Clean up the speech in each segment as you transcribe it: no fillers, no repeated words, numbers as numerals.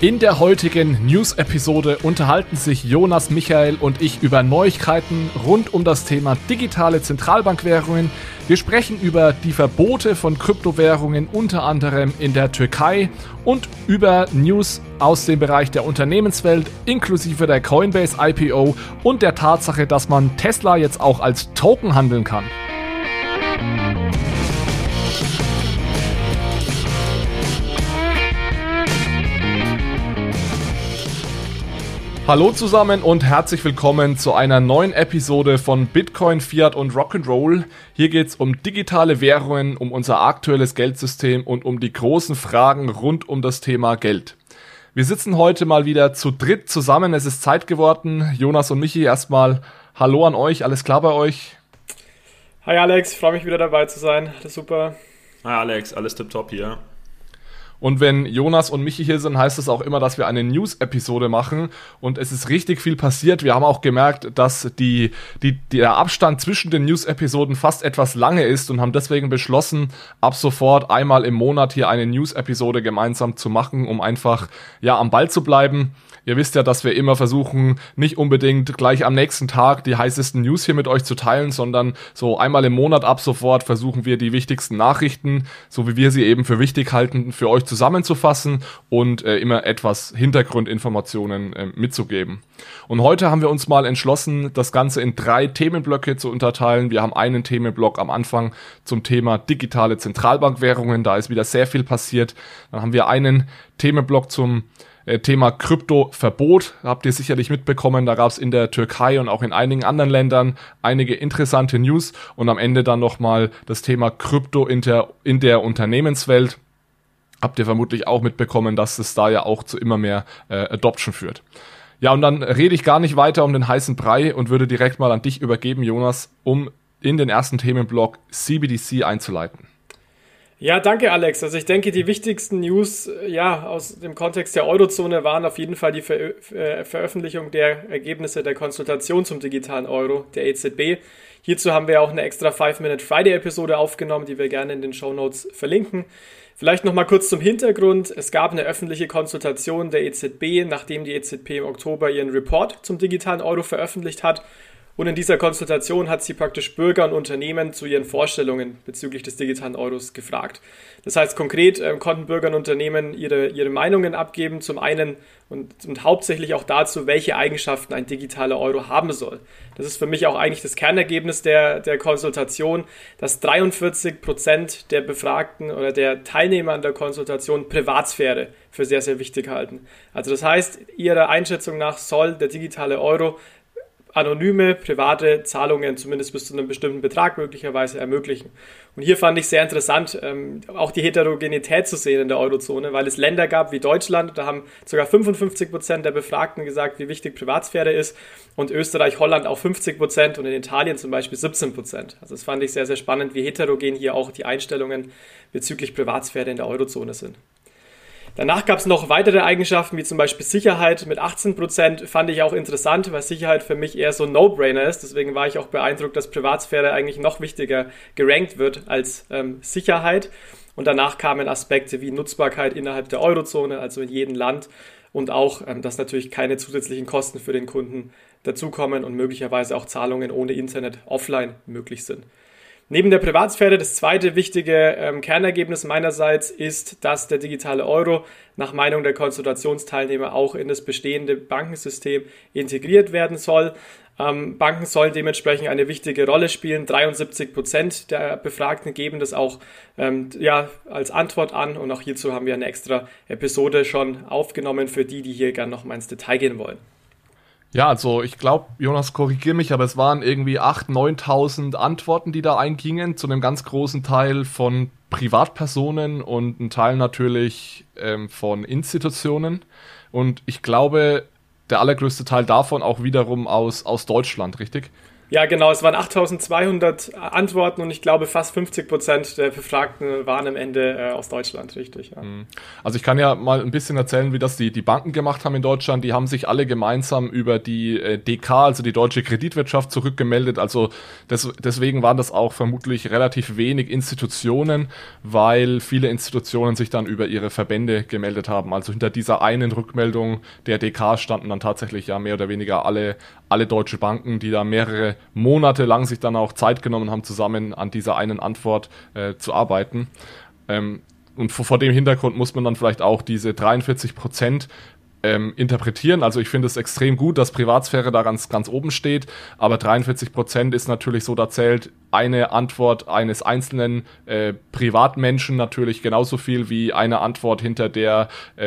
In der heutigen News-Episode unterhalten sich Jonas, Michael und ich über Neuigkeiten rund um das Thema digitale Zentralbankwährungen. Wir sprechen über die Verbote von Kryptowährungen, unter anderem in der Türkei, und über News aus dem Bereich der Unternehmenswelt, inklusive der Coinbase IPO und der Tatsache, dass man Tesla jetzt auch als Token handeln kann. Hallo zusammen und herzlich willkommen zu einer neuen Episode von Bitcoin, Fiat und Rock'n'Roll. Hier geht es um digitale Währungen, um unser aktuelles Geldsystem und um die großen Fragen rund um das Thema Geld. Wir sitzen heute mal wieder zu dritt zusammen, es ist Zeit geworden. Jonas und Michi, erstmal Hallo an euch, alles klar bei euch? Hi Alex, freue mich wieder dabei zu sein, alles super. Hi Alex, alles tipptopp hier. Und wenn Jonas und Michi hier sind, heißt es auch immer, dass wir eine News-Episode machen. Und es ist richtig viel passiert. Wir haben auch gemerkt, dass der Abstand zwischen den News-Episoden fast etwas lange ist und haben deswegen beschlossen, ab sofort einmal im Monat hier eine News-Episode gemeinsam zu machen, um einfach am Ball zu bleiben. Ihr wisst ja, dass wir immer versuchen, nicht unbedingt gleich am nächsten Tag die heißesten News hier mit euch zu teilen, sondern so einmal im Monat ab sofort versuchen wir die wichtigsten Nachrichten, so wie wir sie eben für wichtig halten, für euch zusammenzufassen und immer etwas Hintergrundinformationen mitzugeben. Und heute haben wir uns mal entschlossen, das Ganze in 3 Themenblöcke zu unterteilen. Wir haben einen Themenblock am Anfang zum Thema digitale Zentralbankwährungen, da ist wieder sehr viel passiert. Dann haben wir einen Themenblock zum Thema Kryptoverbot, habt ihr sicherlich mitbekommen, da gab es in der Türkei und auch in einigen anderen Ländern einige interessante News und am Ende dann nochmal das Thema Krypto in der Unternehmenswelt. Habt ihr vermutlich auch mitbekommen, dass es da ja auch zu immer mehr Adoption führt. Ja, und dann rede ich gar nicht weiter um den heißen Brei und würde direkt mal an dich übergeben, Jonas, um in den ersten Themenblock CBDC einzuleiten. Ja, danke Alex. Also ich denke, die wichtigsten News aus dem Kontext der Eurozone waren auf jeden Fall die Veröffentlichung der Ergebnisse der Konsultation zum digitalen Euro der EZB. Hierzu haben wir auch eine extra 5-Minute Friday-Episode aufgenommen, die wir gerne in den Shownotes verlinken. Vielleicht nochmal kurz zum Hintergrund. Es gab eine öffentliche Konsultation der EZB, nachdem die EZB im Oktober ihren Report zum digitalen Euro veröffentlicht hat. Und in dieser Konsultation hat sie praktisch Bürger und Unternehmen zu ihren Vorstellungen bezüglich des digitalen Euros gefragt. Das heißt, konkret konnten Bürger und Unternehmen ihre Meinungen abgeben, zum einen und hauptsächlich auch dazu, welche Eigenschaften ein digitaler Euro haben soll. Das ist für mich auch eigentlich das Kernergebnis der Konsultation, dass 43% der Befragten oder der Teilnehmer an der Konsultation Privatsphäre für sehr, sehr wichtig halten. Also das heißt, ihrer Einschätzung nach soll der digitale Euro anonyme, private Zahlungen zumindest bis zu einem bestimmten Betrag möglicherweise ermöglichen. Und hier fand ich sehr interessant, auch die Heterogenität zu sehen in der Eurozone, weil es Länder gab wie Deutschland, da haben sogar 55% der Befragten gesagt, wie wichtig Privatsphäre ist, und Österreich, Holland auch 50% und in Italien zum Beispiel 17%. Also das fand ich sehr, sehr spannend, wie heterogen hier auch die Einstellungen bezüglich Privatsphäre in der Eurozone sind. Danach gab es noch weitere Eigenschaften, wie zum Beispiel Sicherheit mit 18%, fand ich auch interessant, weil Sicherheit für mich eher so ein No-Brainer ist. Deswegen war ich auch beeindruckt, dass Privatsphäre eigentlich noch wichtiger gerankt wird als Sicherheit. Und danach kamen Aspekte wie Nutzbarkeit innerhalb der Eurozone, also in jedem Land. Und auch, dass natürlich keine zusätzlichen Kosten für den Kunden dazukommen und möglicherweise auch Zahlungen ohne Internet offline möglich sind. Neben der Privatsphäre, das zweite wichtige Kernergebnis meinerseits ist, dass der digitale Euro nach Meinung der Konsultationsteilnehmer auch in das bestehende Bankensystem integriert werden soll. Banken sollen dementsprechend eine wichtige Rolle spielen. 73% der Befragten geben das auch als Antwort an, und auch hierzu haben wir eine extra Episode schon aufgenommen für die hier gerne noch mal ins Detail gehen wollen. Ja, also ich glaube, Jonas, korrigier mich, aber es waren irgendwie 8.000, 9.000 Antworten, die da eingingen, zu einem ganz großen Teil von Privatpersonen und ein Teil natürlich von Institutionen. Und ich glaube, der allergrößte Teil davon auch wiederum aus Deutschland, richtig? Ja, genau, es waren 8.200 Antworten und ich glaube fast 50% der Befragten waren am Ende aus Deutschland, richtig. Ja. Also ich kann ja mal ein bisschen erzählen, wie das die Banken gemacht haben in Deutschland. Die haben sich alle gemeinsam über die DK, also die Deutsche Kreditwirtschaft, zurückgemeldet. Also deswegen waren das auch vermutlich relativ wenig Institutionen, weil viele Institutionen sich dann über ihre Verbände gemeldet haben. Also hinter dieser einen Rückmeldung der DK standen dann tatsächlich ja mehr oder weniger alle deutsche Banken, die da mehrere Monate lang sich dann auch Zeit genommen haben, zusammen an dieser einen Antwort zu arbeiten. Und vor dem Hintergrund muss man dann vielleicht auch diese 43% interpretieren. Also ich finde es extrem gut, dass Privatsphäre da ganz oben steht, aber 43% ist natürlich so, da zählt eine Antwort eines einzelnen Privatmenschen natürlich genauso viel wie eine Antwort, hinter der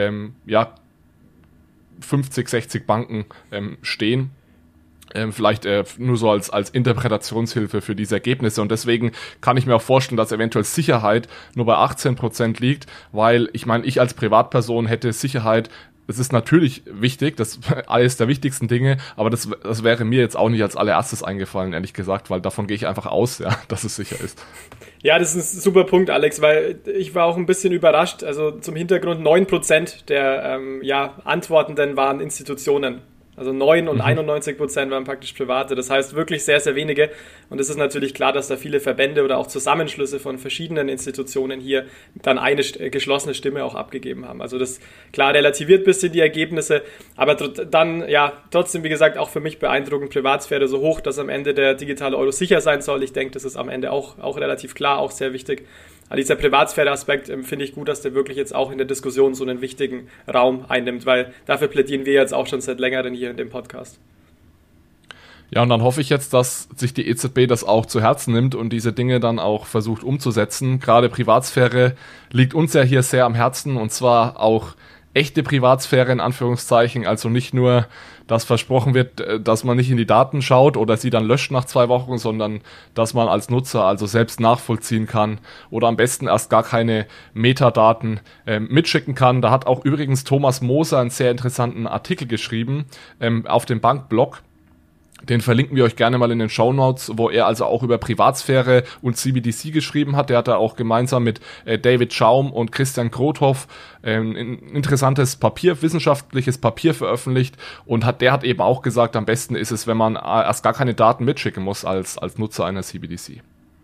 50, 60 Banken stehen. Vielleicht nur so als Interpretationshilfe für diese Ergebnisse. Und deswegen kann ich mir auch vorstellen, dass eventuell Sicherheit nur bei 18% liegt, weil ich meine, ich als Privatperson hätte Sicherheit, das ist natürlich wichtig, das ist eines der wichtigsten Dinge, aber das wäre mir jetzt auch nicht als allererstes eingefallen, ehrlich gesagt, weil davon gehe ich einfach aus, ja, dass es sicher ist. Ja, das ist ein super Punkt, Alex, weil ich war auch ein bisschen überrascht. Also zum Hintergrund 9% der Antwortenden waren Institutionen. Also 9 und 91% waren praktisch Private. Das heißt wirklich sehr, sehr wenige. Und es ist natürlich klar, dass da viele Verbände oder auch Zusammenschlüsse von verschiedenen Institutionen hier dann eine geschlossene Stimme auch abgegeben haben. Also das, klar, relativiert ein bisschen die Ergebnisse. Aber dann, ja, trotzdem, wie gesagt, auch für mich beeindruckend, Privatsphäre so hoch, dass am Ende der digitale Euro sicher sein soll. Ich denke, das ist am Ende auch relativ klar, auch sehr wichtig. Aber dieser Privatsphäre-Aspekt finde ich gut, dass der wirklich jetzt auch in der Diskussion so einen wichtigen Raum einnimmt, weil dafür plädieren wir jetzt auch schon seit längerem hier in dem Podcast. Ja, und dann hoffe ich jetzt, dass sich die EZB das auch zu Herzen nimmt und diese Dinge dann auch versucht umzusetzen. Gerade Privatsphäre liegt uns ja hier sehr am Herzen, und zwar auch echte Privatsphäre in Anführungszeichen, also nicht nur, dass versprochen wird, dass man nicht in die Daten schaut oder sie dann löscht nach 2 Wochen, sondern dass man als Nutzer also selbst nachvollziehen kann oder am besten erst gar keine Metadaten mitschicken kann. Da hat auch übrigens Thomas Moser einen sehr interessanten Artikel geschrieben auf dem Bankblog. Den verlinken wir euch gerne mal in den Shownotes, wo er also auch über Privatsphäre und CBDC geschrieben hat. Der hat da auch gemeinsam mit David Schaum und Christian Grothoff ein interessantes Papier, wissenschaftliches Papier veröffentlicht, und der hat eben auch gesagt, am besten ist es, wenn man erst gar keine Daten mitschicken muss als Nutzer einer CBDC.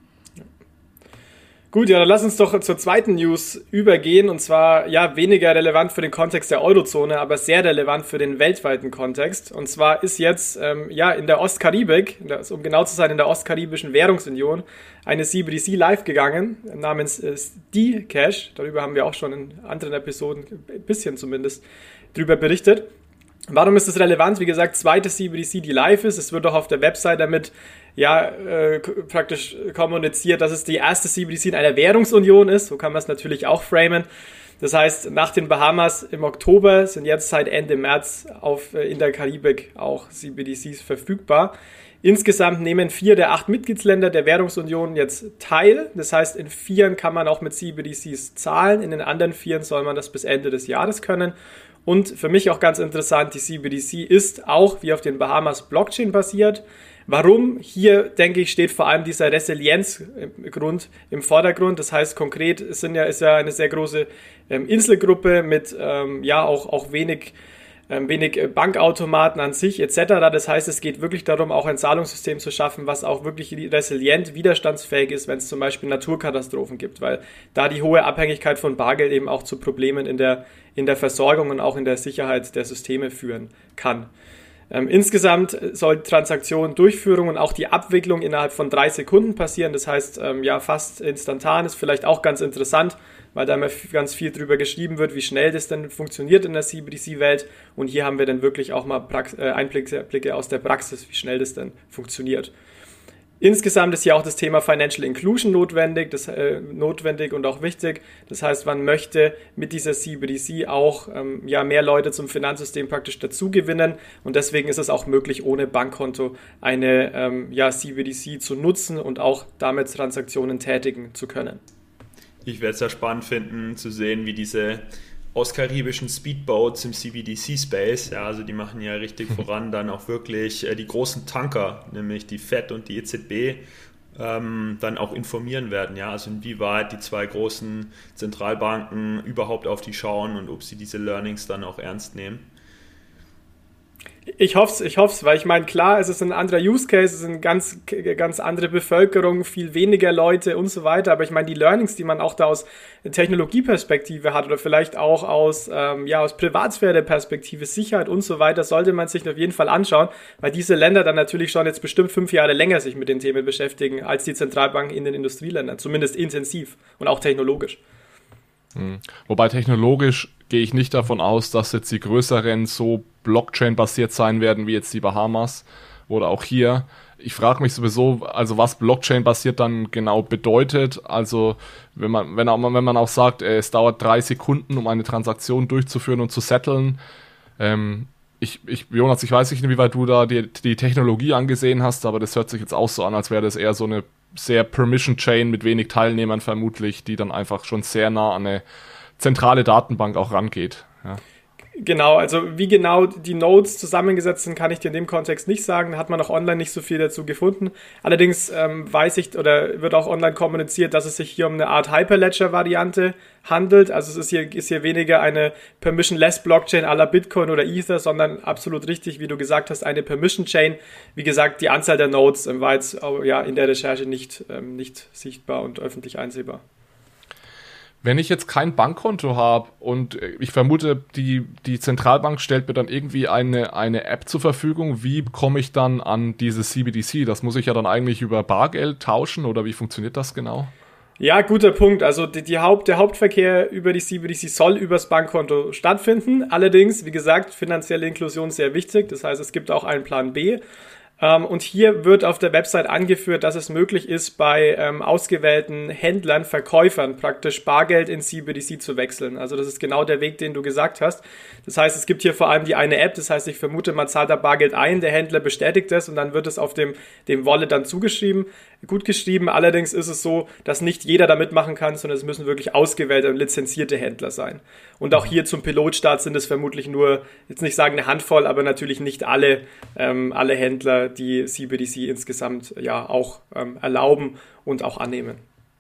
Gut, ja, dann lass uns doch zur zweiten News übergehen, und zwar ja weniger relevant für den Kontext der Eurozone, aber sehr relevant für den weltweiten Kontext. Und zwar ist jetzt in der Ostkaribik, um genau zu sein, in der Ostkaribischen Währungsunion, eine CBDC live gegangen namens Dcash. Darüber haben wir auch schon in anderen Episoden ein bisschen zumindest drüber berichtet. Warum ist das relevant? Wie gesagt, zweite CBDC, die live ist. Es wird auch auf der Website damit praktisch kommuniziert, dass es die erste CBDC in einer Währungsunion ist. So kann man es natürlich auch framen. Das heißt, nach den Bahamas im Oktober sind jetzt seit Ende März in der Karibik auch CBDCs verfügbar. Insgesamt nehmen 4 der 8 Mitgliedsländer der Währungsunion jetzt teil. Das heißt, in 4 kann man auch mit CBDCs zahlen. In den anderen 4 soll man das bis Ende des Jahres können. Und für mich auch ganz interessant, die CBDC ist auch wie auf den Bahamas Blockchain basiert. Warum? Hier, denke ich, steht vor allem dieser Resilienzgrund im Vordergrund. Das heißt konkret, ist ja eine sehr große Inselgruppe mit auch wenig Bankautomaten an sich etc. Das heißt, es geht wirklich darum, auch ein Zahlungssystem zu schaffen, was auch wirklich resilient, widerstandsfähig ist, wenn es zum Beispiel Naturkatastrophen gibt, weil da die hohe Abhängigkeit von Bargeld eben auch zu Problemen in der Versorgung und auch in der Sicherheit der Systeme führen kann. Insgesamt soll die Transaktion-Durchführung und auch die Abwicklung innerhalb von 3 Sekunden passieren. Das heißt, fast instantan, ist vielleicht auch ganz interessant, weil da immer ganz viel drüber geschrieben wird, wie schnell das denn funktioniert in der CBDC-Welt. Und hier haben wir dann wirklich auch mal Einblicke aus der Praxis, wie schnell das denn funktioniert. Insgesamt ist ja auch das Thema Financial Inclusion notwendig und auch wichtig. Das heißt, man möchte mit dieser CBDC auch mehr Leute zum Finanzsystem praktisch dazu gewinnen, und deswegen ist es auch möglich, ohne Bankkonto eine CBDC zu nutzen und auch damit Transaktionen tätigen zu können. Ich werde es ja spannend finden, zu sehen, wie diese ostkaribischen Speedboats im CBDC-Space. Ja, also die machen ja richtig voran dann auch wirklich die großen Tanker, nämlich die FED und die EZB, dann auch informieren werden. Ja, also inwieweit die zwei großen Zentralbanken überhaupt auf die schauen und ob sie diese Learnings dann auch ernst nehmen. Ich hoff's, weil ich meine, klar, es ist ein anderer Use Case, es ist eine ganz andere Bevölkerung, viel weniger Leute und so weiter, aber ich meine, die Learnings, die man auch da aus Technologieperspektive hat oder vielleicht auch aus Privatsphäre-Perspektive, Sicherheit und so weiter, sollte man sich auf jeden Fall anschauen, weil diese Länder dann natürlich schon jetzt bestimmt 5 Jahre länger sich mit den Themen beschäftigen als die Zentralbanken in den Industrieländern, zumindest intensiv und auch technologisch. Wobei technologisch gehe ich nicht davon aus, dass jetzt die größeren so Blockchain-basiert sein werden, wie jetzt die Bahamas oder auch hier. Ich frage mich sowieso, also was Blockchain-basiert dann genau bedeutet. Also wenn man auch sagt, es dauert 3 Sekunden, um eine Transaktion durchzuführen und zu settlen. Jonas, ich weiß nicht, inwieweit du da die Technologie angesehen hast, aber das hört sich jetzt auch so an, als wäre das eher so eine sehr Permission-Chain mit wenig Teilnehmern vermutlich, die dann einfach schon sehr nah an eine zentrale Datenbank auch rangeht. Ja. Genau, also wie genau die Nodes zusammengesetzt sind, kann ich dir in dem Kontext nicht sagen. Da hat man auch online nicht so viel dazu gefunden. Allerdings weiß ich oder wird auch online kommuniziert, dass es sich hier um eine Art Hyperledger-Variante handelt. Also es ist hier weniger eine Permission-less Blockchain à la Bitcoin oder Ether, sondern absolut richtig, wie du gesagt hast, eine Permission-Chain. Wie gesagt, die Anzahl der Nodes war jetzt in der Recherche nicht sichtbar und öffentlich einsehbar. Wenn ich jetzt kein Bankkonto habe und ich vermute, die Zentralbank stellt mir dann irgendwie eine App zur Verfügung, wie komme ich dann an diese CBDC? Das muss ich ja dann eigentlich über Bargeld tauschen oder wie funktioniert das genau? Ja, guter Punkt. Also der Hauptverkehr über die CBDC soll übers Bankkonto stattfinden. Allerdings, wie gesagt, finanzielle Inklusion sehr wichtig. Das heißt, es gibt auch einen Plan B. Und hier wird auf der Website angeführt, dass es möglich ist, bei ausgewählten Händlern, Verkäufern praktisch Bargeld in CBDC zu wechseln. Also das ist genau der Weg, den du gesagt hast. Das heißt, es gibt hier vor allem die eine App. Das heißt, ich vermute, man zahlt da Bargeld ein, der Händler bestätigt das und dann wird es auf dem Wallet dann gut geschrieben. Allerdings ist es so, dass nicht jeder da mitmachen kann, sondern es müssen wirklich ausgewählte und lizenzierte Händler sein. Und auch hier zum Pilotstart sind es vermutlich nur, jetzt nicht sagen eine Handvoll, aber natürlich nicht alle Händler, die CBDC insgesamt auch erlauben und auch annehmen.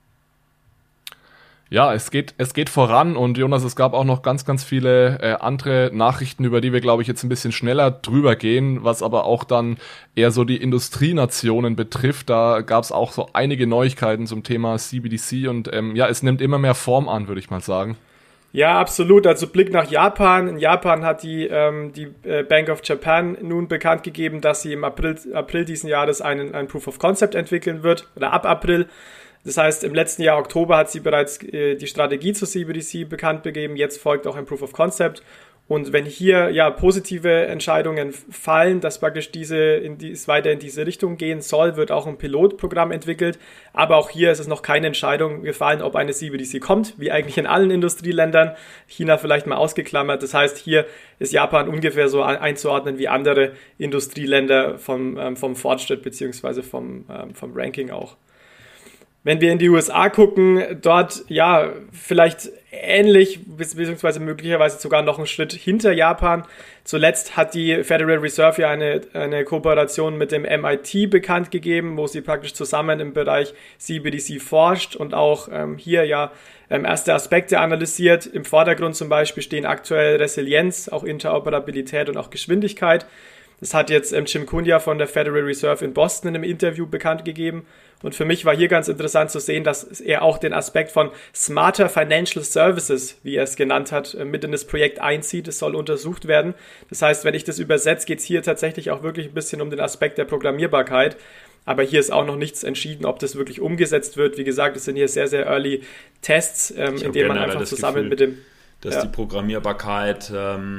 Ja, es geht voran und Jonas, es gab auch noch ganz, ganz viele andere Nachrichten, über die wir, glaube ich, jetzt ein bisschen schneller drüber gehen, was aber auch dann eher so die Industrienationen betrifft. Da gab es auch so einige Neuigkeiten zum Thema CBDC und es nimmt immer mehr Form an, würde ich mal sagen. Ja, absolut. Also Blick nach Japan. In Japan hat die Bank of Japan nun bekannt gegeben, dass sie im April diesen Jahres ein Proof of Concept entwickeln wird, oder ab April. Das heißt, im letzten Jahr Oktober hat sie bereits die Strategie zur CBDC bekannt gegeben. Jetzt folgt auch ein Proof of Concept. Und wenn hier positive Entscheidungen fallen, dass praktisch es weiter in diese Richtung gehen soll, wird auch ein Pilotprogramm entwickelt. Aber auch hier ist es noch keine Entscheidung gefallen, ob eine CBDC kommt, wie eigentlich in allen Industrieländern. China vielleicht mal ausgeklammert. Das heißt, hier ist Japan ungefähr so einzuordnen wie andere Industrieländer vom Fortschritt beziehungsweise vom Ranking auch. Wenn wir in die USA gucken, dort vielleicht ähnlich, beziehungsweise möglicherweise sogar noch einen Schritt hinter Japan. Zuletzt hat die Federal Reserve eine Kooperation mit dem MIT bekannt gegeben, wo sie praktisch zusammen im Bereich CBDC forscht und auch hier erste Aspekte analysiert. Im Vordergrund zum Beispiel stehen aktuell Resilienz, auch Interoperabilität und auch Geschwindigkeit. Das hat jetzt Jim Cunha von der Federal Reserve in Boston in einem Interview bekannt gegeben. Und für mich war hier ganz interessant zu sehen, dass er auch den Aspekt von Smarter Financial Services, wie er es genannt hat, mit in das Projekt einzieht. Es soll untersucht werden. Das heißt, wenn ich das übersetze, geht es hier tatsächlich auch wirklich ein bisschen um den Aspekt der Programmierbarkeit. Aber hier ist auch noch nichts entschieden, ob das wirklich umgesetzt wird. Wie gesagt, es sind hier sehr, sehr early Tests, in denen man einfach zusammen mit dem... Dass die Programmierbarkeit...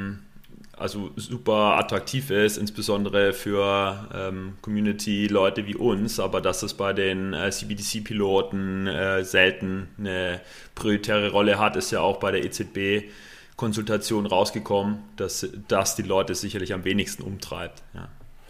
also super attraktiv ist, insbesondere für Community-Leute wie uns, aber dass es bei den CBDC-Piloten selten eine prioritäre Rolle hat, ist ja auch bei der EZB-Konsultation rausgekommen, dass die Leute sicherlich am wenigsten umtreibt. Ja.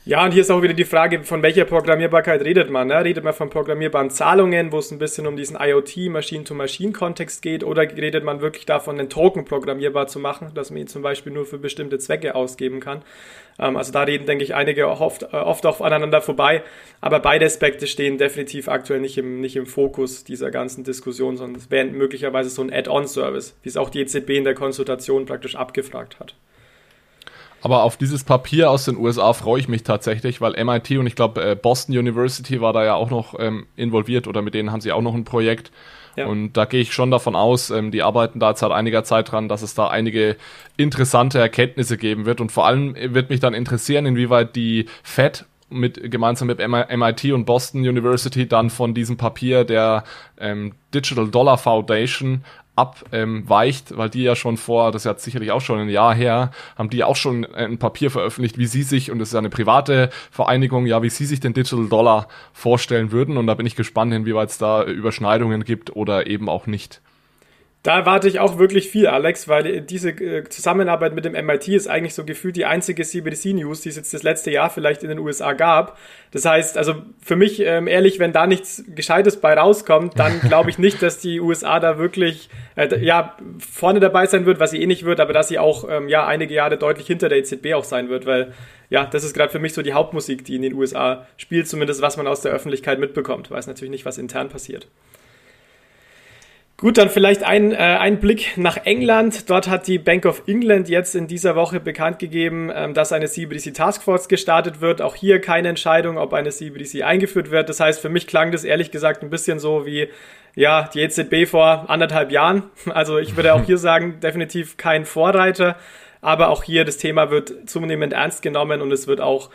Ja, und hier ist auch wieder die Frage, von welcher Programmierbarkeit redet man? Ne? Redet man von programmierbaren Zahlungen, wo es ein bisschen um diesen IoT-Machine-to-Machine-Kontext geht, oder redet man wirklich davon, einen Token programmierbar zu machen, dass man ihn zum Beispiel nur für bestimmte Zwecke ausgeben kann? Also da reden, denke ich, einige oft auch aneinander vorbei, aber beide Aspekte stehen definitiv aktuell nicht im Fokus dieser ganzen Diskussion, sondern es wäre möglicherweise so ein Add-on-Service, wie es auch die EZB in der Konsultation praktisch abgefragt hat. Aber auf dieses Papier aus den USA freue ich mich tatsächlich, weil MIT und ich glaube Boston University war da ja auch noch involviert oder mit denen haben sie auch noch ein Projekt. Ja. Und da gehe ich schon davon aus, die arbeiten da seit einiger Zeit dran, dass es da einige interessante Erkenntnisse geben wird. Und vor allem wird mich dann interessieren, inwieweit die Fed gemeinsam mit MIT und Boston University dann von diesem Papier der Digital Dollar Foundation abweicht, weil die ja schon das ist ja sicherlich auch schon ein Jahr her, haben die auch schon ein Papier veröffentlicht, wie sie sich, und das ist ja eine private Vereinigung, ja, wie sie sich den Digital Dollar vorstellen würden, und da bin ich gespannt, inwieweit es da Überschneidungen gibt oder eben auch nicht. Da erwarte ich auch wirklich viel, Alex, weil diese Zusammenarbeit mit dem MIT ist eigentlich so gefühlt die einzige CBDC-News, die es jetzt das letzte Jahr vielleicht in den USA gab. Das heißt, also für mich, ehrlich, wenn da nichts Gescheites bei rauskommt, dann glaube ich nicht, dass die USA da wirklich vorne dabei sein wird, was sie eh nicht wird, aber dass sie auch einige Jahre deutlich hinter der EZB auch sein wird, weil ja, das ist gerade für mich so die Hauptmusik, die in den USA spielt, zumindest was man aus der Öffentlichkeit mitbekommt. Weiß natürlich nicht, was intern passiert. Gut, dann vielleicht ein Blick nach England. Dort hat die Bank of England jetzt in dieser Woche bekannt gegeben, dass eine CBDC Taskforce gestartet wird. Auch hier keine Entscheidung, ob eine CBDC eingeführt wird. Das heißt, für mich klang das ehrlich gesagt ein bisschen so wie die EZB vor 1,5 Jahren. Also ich würde auch hier sagen, definitiv kein Vorreiter. Aber auch hier das Thema wird zunehmend ernst genommen und es wird auch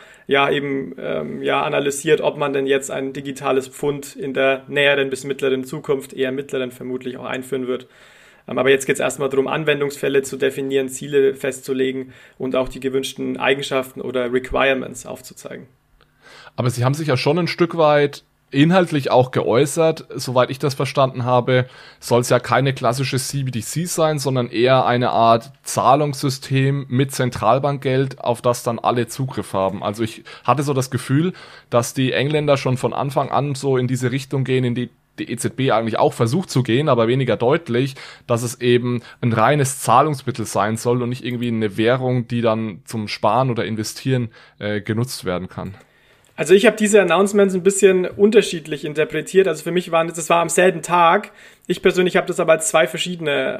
analysiert, ob man denn jetzt ein digitales Pfund in der näheren bis mittleren Zukunft, eher mittleren vermutlich, auch einführen wird. Aber jetzt geht es erstmal darum, Anwendungsfälle zu definieren, Ziele festzulegen und auch die gewünschten Eigenschaften oder Requirements aufzuzeigen. Aber Sie haben sich ja schon ein Stück weit inhaltlich auch geäußert. Soweit ich das verstanden habe, soll es ja keine klassische CBDC sein, sondern eher eine Art Zahlungssystem mit Zentralbankgeld, auf das dann alle Zugriff haben. Also ich hatte so das Gefühl, dass die Engländer schon von Anfang an so in diese Richtung gehen, in die EZB eigentlich auch versucht zu gehen, aber weniger deutlich, dass es eben ein reines Zahlungsmittel sein soll und nicht irgendwie eine Währung, die dann zum Sparen oder Investieren genutzt werden kann. Also ich habe diese Announcements ein bisschen unterschiedlich interpretiert. Also für mich das war am selben Tag. Ich persönlich habe das aber als zwei verschiedene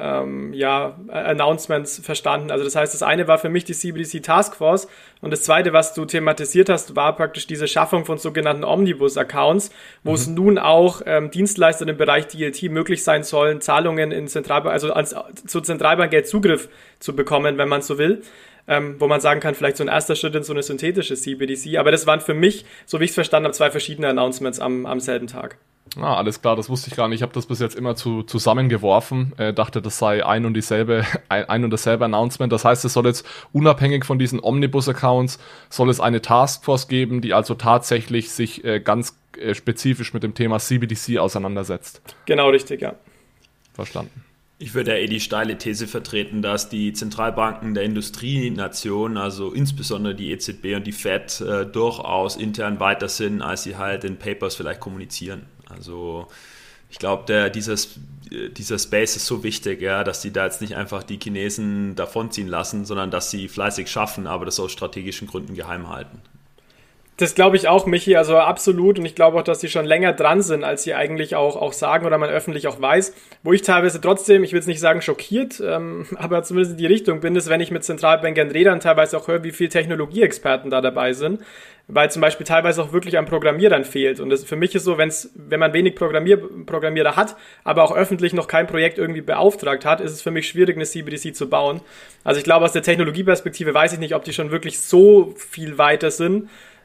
Announcements verstanden. Also das heißt, das eine war für mich die CBDC Taskforce und das zweite, was du thematisiert hast, war praktisch diese Schaffung von sogenannten Omnibus-Accounts, wo es nun auch Dienstleistern im Bereich DLT möglich sein sollen, Zahlungen in zu Zentralbankgeld Zugriff zu bekommen, wenn man so will. Wo man sagen kann, vielleicht so ein erster Schritt in so eine synthetische CBDC. Aber das waren für mich, so wie ich es verstanden habe, zwei verschiedene Announcements am selben Tag. Ah, alles klar, das wusste ich gar nicht. Ich habe das bis jetzt immer zusammengeworfen. Dachte, das sei ein und dasselbe Announcement. Das heißt, es soll jetzt unabhängig von diesen Omnibus-Accounts, soll es eine Taskforce geben, die also tatsächlich sich ganz spezifisch mit dem Thema CBDC auseinandersetzt. Genau, richtig, ja. Verstanden. Ich würde ja die steile These vertreten, dass die Zentralbanken der Industrienation, also insbesondere die EZB und die Fed, durchaus intern weiter sind, als sie halt in Papers vielleicht kommunizieren. Also ich glaube, dieser Space ist so wichtig, ja, dass die da jetzt nicht einfach die Chinesen davonziehen lassen, sondern dass sie fleißig schaffen, aber das aus strategischen Gründen geheim halten. Das glaube ich auch, Michi, also absolut. Und ich glaube auch, dass sie schon länger dran sind, als sie eigentlich auch sagen oder man öffentlich auch weiß. Wo ich teilweise trotzdem, ich will jetzt nicht sagen schockiert, aber zumindest in die Richtung bin, ist, wenn ich mit Zentralbankern rede und teilweise auch höre, wie viele Technologieexperten da dabei sind. Weil zum Beispiel teilweise auch wirklich an Programmierern fehlt. Und das für mich ist so, wenn man wenig Programmierer hat, aber auch öffentlich noch kein Projekt irgendwie beauftragt hat, ist es für mich schwierig, eine CBDC zu bauen. Also ich glaube, aus der Technologieperspektive weiß ich nicht, ob die schon wirklich so viel weiter sind,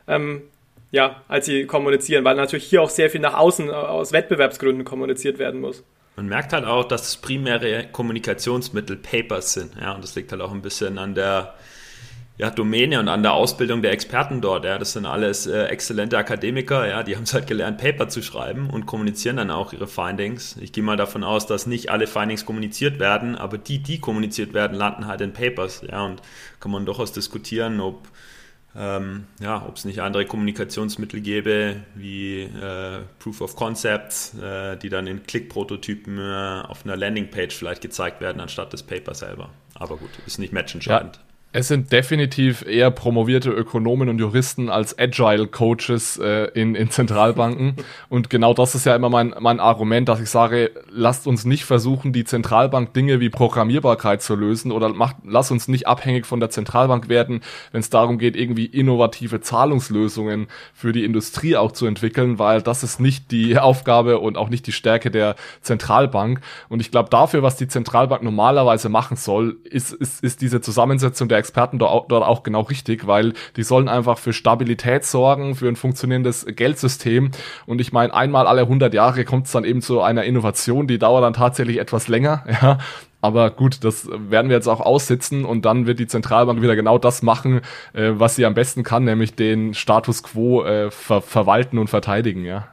als sie kommunizieren, weil natürlich hier auch sehr viel nach außen aus Wettbewerbsgründen kommuniziert werden muss. Man merkt halt auch, dass das primäre Kommunikationsmittel Papers sind, ja, und das liegt halt auch ein bisschen an der Domäne und an der Ausbildung der Experten dort, ja, das sind alles exzellente Akademiker, ja, die haben es halt gelernt, Paper zu schreiben und kommunizieren dann auch ihre Findings. Ich gehe mal davon aus, dass nicht alle Findings kommuniziert werden, aber die kommuniziert werden, landen halt in Papers, ja, und kann man durchaus diskutieren, ob ob es nicht andere Kommunikationsmittel gäbe, wie Proof of Concepts, die dann in Click-Prototypen auf einer Landingpage vielleicht gezeigt werden, anstatt des Paper selber. Aber gut, ist nicht matchentscheidend. Ja. Es sind definitiv eher promovierte Ökonomen und Juristen als Agile-Coaches in Zentralbanken. Und genau das ist ja immer mein Argument, dass ich sage, lasst uns nicht versuchen, die Zentralbank Dinge wie Programmierbarkeit zu lösen oder lasst uns nicht abhängig von der Zentralbank werden, wenn es darum geht, irgendwie innovative Zahlungslösungen für die Industrie auch zu entwickeln, weil das ist nicht die Aufgabe und auch nicht die Stärke der Zentralbank. Und ich glaube, dafür, was die Zentralbank normalerweise machen soll, ist diese Zusammensetzung der Experten dort auch genau richtig, weil die sollen einfach für Stabilität sorgen, für ein funktionierendes Geldsystem. Und ich meine, einmal alle 100 Jahre kommt es dann eben zu einer Innovation, die dauert dann tatsächlich etwas länger, ja. Aber gut, das werden wir jetzt auch aussitzen und dann wird die Zentralbank wieder genau das machen, was sie am besten kann, nämlich den Status quo verwalten und verteidigen, ja.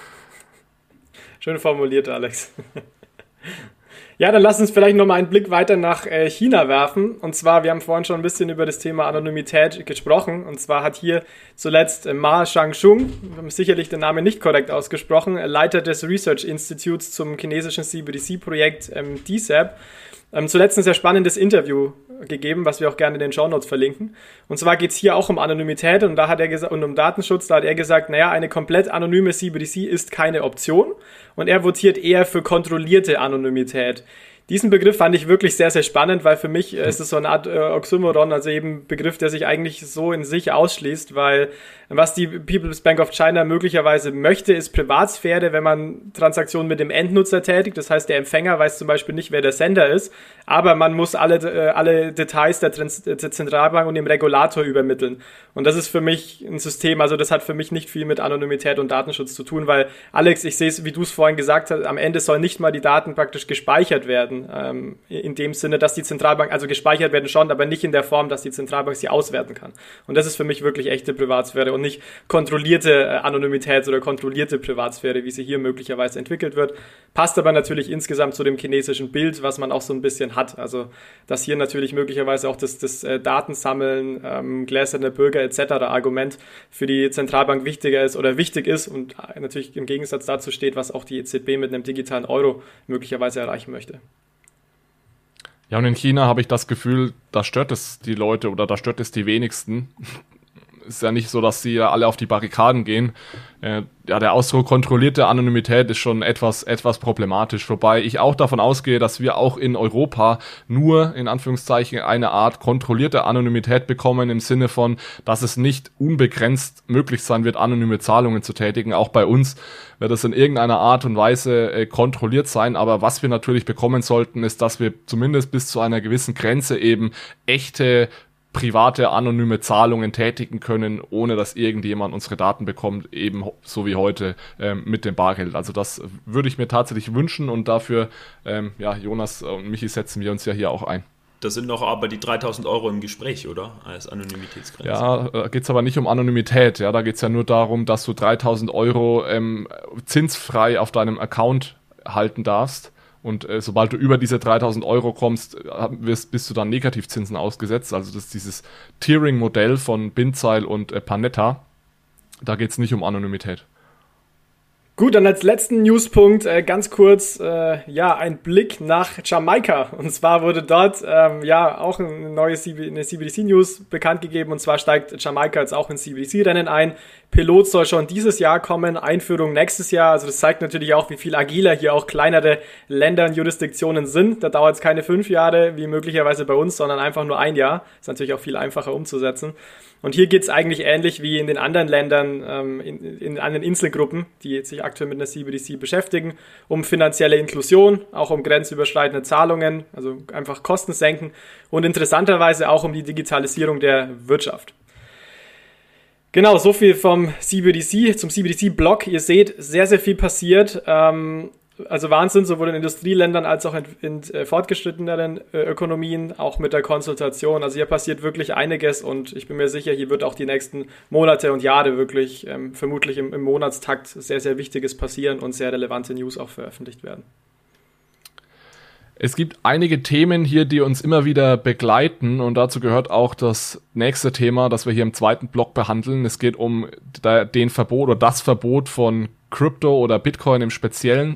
Schön formuliert, Alex. Ja, dann lass uns vielleicht nochmal einen Blick weiter nach China werfen. Und zwar, wir haben vorhin schon ein bisschen über das Thema Anonymität gesprochen. Und zwar hat hier zuletzt Ma Shangshung, wir haben sicherlich den Namen nicht korrekt ausgesprochen, Leiter des Research Institutes zum chinesischen CBDC-Projekt DCEP, zuletzt ein sehr spannendes Interview gegeben, was wir auch gerne in den Shownotes verlinken. Und zwar geht es hier auch um Anonymität und da hat er gesagt, und um Datenschutz, da hat er gesagt, naja, eine komplett anonyme CBDC ist keine Option und er votiert eher für kontrollierte Anonymität. Diesen Begriff fand ich wirklich sehr, sehr spannend, weil für mich ist es so eine Art Oxymoron, also eben ein Begriff, der sich eigentlich so in sich ausschließt, weil was die People's Bank of China möglicherweise möchte, ist Privatsphäre, wenn man Transaktionen mit dem Endnutzer tätigt. Das heißt, der Empfänger weiß zum Beispiel nicht, wer der Sender ist, aber man muss alle Details der Zentralbank und dem Regulator übermitteln. Und das ist für mich ein System, also das hat für mich nicht viel mit Anonymität und Datenschutz zu tun, weil, Alex, ich sehe es, wie du es vorhin gesagt hast, am Ende sollen nicht mal die Daten praktisch gespeichert werden. In dem Sinne, dass die Zentralbank, also gespeichert werden schon, aber nicht in der Form, dass die Zentralbank sie auswerten kann. Und das ist für mich wirklich echte Privatsphäre und nicht kontrollierte Anonymität oder kontrollierte Privatsphäre, wie sie hier möglicherweise entwickelt wird. Passt aber natürlich insgesamt zu dem chinesischen Bild, was man auch so ein bisschen hat. Also, dass hier natürlich möglicherweise auch das Datensammeln, gläserne Bürger etc. Argument für die Zentralbank wichtig ist und natürlich im Gegensatz dazu steht, was auch die EZB mit einem digitalen Euro möglicherweise erreichen möchte. Ja, und in China habe ich das Gefühl, da stört es die Leute oder da stört es die wenigsten. Ist ja nicht so, dass sie ja alle auf die Barrikaden gehen. Ja, der Ausdruck kontrollierte Anonymität ist schon etwas problematisch, wobei ich auch davon ausgehe, dass wir auch in Europa nur, in Anführungszeichen, eine Art kontrollierte Anonymität bekommen, im Sinne von, dass es nicht unbegrenzt möglich sein wird, anonyme Zahlungen zu tätigen. Auch bei uns wird es in irgendeiner Art und Weise kontrolliert sein, aber was wir natürlich bekommen sollten, ist, dass wir zumindest bis zu einer gewissen Grenze eben echte private, anonyme Zahlungen tätigen können, ohne dass irgendjemand unsere Daten bekommt, eben so wie heute mit dem Bargeld. Also das würde ich mir tatsächlich wünschen und dafür, Jonas und Michi, setzen wir uns ja hier auch ein. Da sind noch aber die 3.000 Euro im Gespräch, oder? Als Anonymitätsgrenze. Ja, da geht es aber nicht um Anonymität. Ja, da geht es ja nur darum, dass du 3.000 Euro zinsfrei auf deinem Account halten darfst. Und sobald du über diese 3.000 Euro kommst, bist du dann Negativzinsen ausgesetzt. Also das ist dieses Tiering-Modell von Binzeil und Panetta. Da geht es nicht um Anonymität. Gut, dann als letzten Newspunkt ganz kurz ein Blick nach Jamaika. Und zwar wurde dort auch eine neue CBDC-News bekannt gegeben. Und zwar steigt Jamaika jetzt auch in CBDC-Rennen ein. Pilot soll schon dieses Jahr kommen, Einführung nächstes Jahr. Also das zeigt natürlich auch, wie viel agiler hier auch kleinere Länder und Jurisdiktionen sind. Da dauert es keine 5 Jahre, wie möglicherweise bei uns, sondern einfach nur 1 Jahr. Ist natürlich auch viel einfacher umzusetzen. Und hier geht es eigentlich ähnlich wie in den anderen Ländern, in anderen Inselgruppen, die sich aktuell mit einer CBDC beschäftigen, um finanzielle Inklusion, auch um grenzüberschreitende Zahlungen, also einfach Kosten senken und interessanterweise auch um die Digitalisierung der Wirtschaft. Genau, so viel vom CBDC, zum CBDC-Block. Ihr seht, sehr, sehr viel passiert. Also Wahnsinn, sowohl in Industrieländern als auch in fortgeschritteneren Ökonomien, auch mit der Konsultation. Also hier passiert wirklich einiges und ich bin mir sicher, hier wird auch die nächsten Monate und Jahre wirklich vermutlich im Monatstakt sehr, sehr Wichtiges passieren und sehr relevante News auch veröffentlicht werden. Es gibt einige Themen hier, die uns immer wieder begleiten und dazu gehört auch das nächste Thema, das wir hier im zweiten Block behandeln. Es geht um den Verbot oder das Verbot von Krypto oder Bitcoin im Speziellen.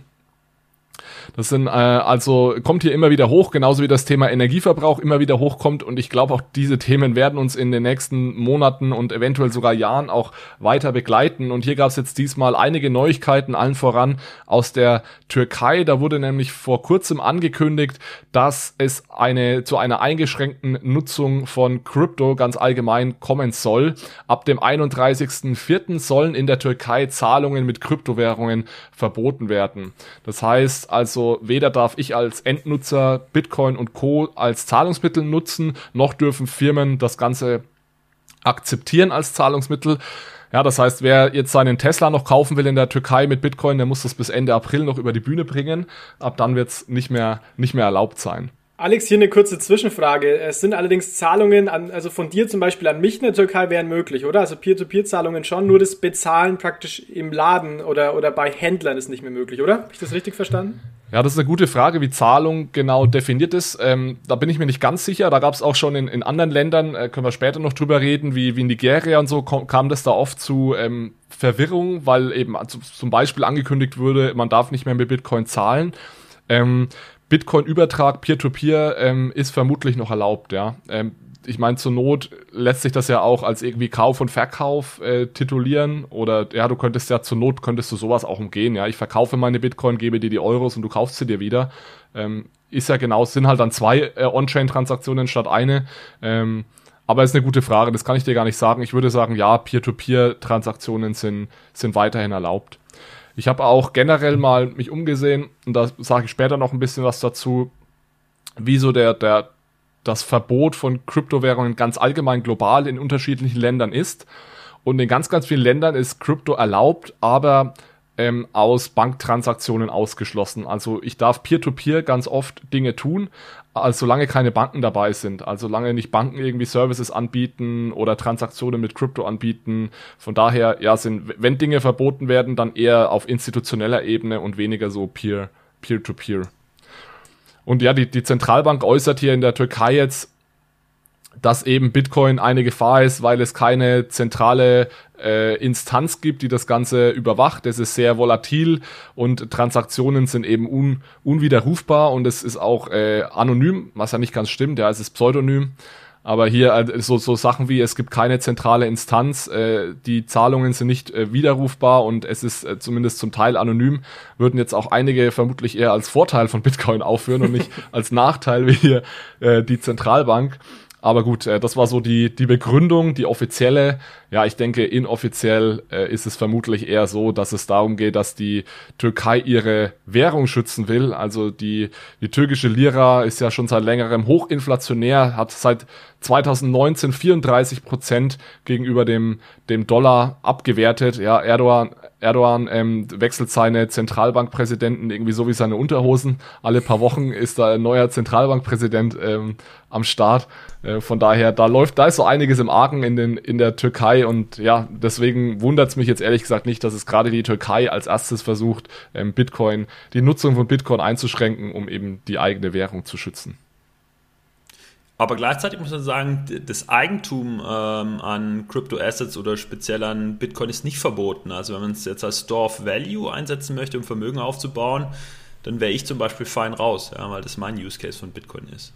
Das sind also kommt hier immer wieder hoch, genauso wie das Thema Energieverbrauch immer wieder hochkommt und ich glaube auch diese Themen werden uns in den nächsten Monaten und eventuell sogar Jahren auch weiter begleiten und hier gab es jetzt diesmal einige Neuigkeiten, allen voran aus der Türkei. Da wurde nämlich vor kurzem angekündigt, dass es zu einer eingeschränkten Nutzung von Krypto ganz allgemein kommen soll. Ab dem 31.04. sollen in der Türkei Zahlungen mit Kryptowährungen verboten werden. Das heißt also, weder darf ich als Endnutzer Bitcoin und Co. als Zahlungsmittel nutzen, noch dürfen Firmen das Ganze akzeptieren als Zahlungsmittel. Ja, das heißt, wer jetzt seinen Tesla noch kaufen will in der Türkei mit Bitcoin, der muss das bis Ende April noch über die Bühne bringen. Ab dann wird es nicht mehr erlaubt sein. Alex, hier eine kurze Zwischenfrage. Es sind allerdings Zahlungen also von dir zum Beispiel an mich in der Türkei wären möglich, oder? Also Peer-to-Peer-Zahlungen schon, nur das Bezahlen praktisch im Laden oder bei Händlern ist nicht mehr möglich, oder? Habe ich das richtig verstanden? Ja, das ist eine gute Frage, wie Zahlung genau definiert ist. Da bin ich mir nicht ganz sicher. Da gab es auch schon in anderen Ländern, können wir später noch drüber reden, wie Nigeria und so, kam das da oft zu Verwirrung, weil eben zum Beispiel angekündigt wurde, man darf nicht mehr mit Bitcoin zahlen. Bitcoin-Übertrag Peer-to-Peer ist vermutlich noch erlaubt, ja. Ich meine, zur Not lässt sich das ja auch als irgendwie Kauf und Verkauf titulieren oder ja, zur Not könntest du sowas auch umgehen, ja. Ich verkaufe meine Bitcoin, gebe dir die Euros und du kaufst sie dir wieder. Ist ja genau, es sind halt dann 2 On-Chain-Transaktionen statt eine. Aber ist eine gute Frage, das kann ich dir gar nicht sagen. Ich würde sagen, ja, Peer-to-Peer-Transaktionen sind weiterhin erlaubt. Ich habe auch generell mal mich umgesehen, und da sage ich später noch ein bisschen was dazu, wie so das Verbot von Kryptowährungen ganz allgemein global in unterschiedlichen Ländern ist. Und in ganz, ganz vielen Ländern ist Krypto erlaubt, aber aus Banktransaktionen ausgeschlossen. Also ich darf Peer-to-Peer ganz oft Dinge tun, also solange keine Banken dabei sind, also solange nicht Banken irgendwie Services anbieten oder Transaktionen mit Krypto anbieten. Von daher, ja, wenn Dinge verboten werden, dann eher auf institutioneller Ebene und weniger so Peer-to-Peer. Und ja, die Zentralbank äußert hier in der Türkei jetzt, dass eben Bitcoin eine Gefahr ist, weil es keine zentrale Instanz gibt, die das Ganze überwacht. Es ist sehr volatil und Transaktionen sind eben unwiderrufbar und es ist auch anonym, was ja nicht ganz stimmt, ja, es ist pseudonym. Aber hier so Sachen wie, es gibt keine zentrale Instanz, die Zahlungen sind nicht widerrufbar und es ist zumindest zum Teil anonym, würden jetzt auch einige vermutlich eher als Vorteil von Bitcoin aufführen und nicht als Nachteil wie hier die Zentralbank. Aber gut, das war so die Begründung, die offizielle. Ja, ich denke, inoffiziell ist es vermutlich eher so, dass es darum geht, dass die Türkei ihre Währung schützen will. Also die türkische Lira ist ja schon seit längerem hochinflationär, hat seit 2019 34% gegenüber dem Dollar abgewertet. Ja, Erdogan wechselt seine Zentralbankpräsidenten irgendwie so wie seine Unterhosen. Alle paar Wochen ist da ein neuer Zentralbankpräsident am Start. Von daher, da ist so einiges im Argen in der Türkei und ja, deswegen wundert es mich jetzt ehrlich gesagt nicht, dass es gerade die Türkei als erstes versucht, die Nutzung von Bitcoin einzuschränken, um eben die eigene Währung zu schützen. Aber gleichzeitig muss man sagen, das Eigentum an Crypto-Assets oder speziell an Bitcoin ist nicht verboten. Also wenn man es jetzt als Store of Value einsetzen möchte, um Vermögen aufzubauen, dann wäre ich zum Beispiel fein raus, ja, weil das mein Use Case von Bitcoin ist.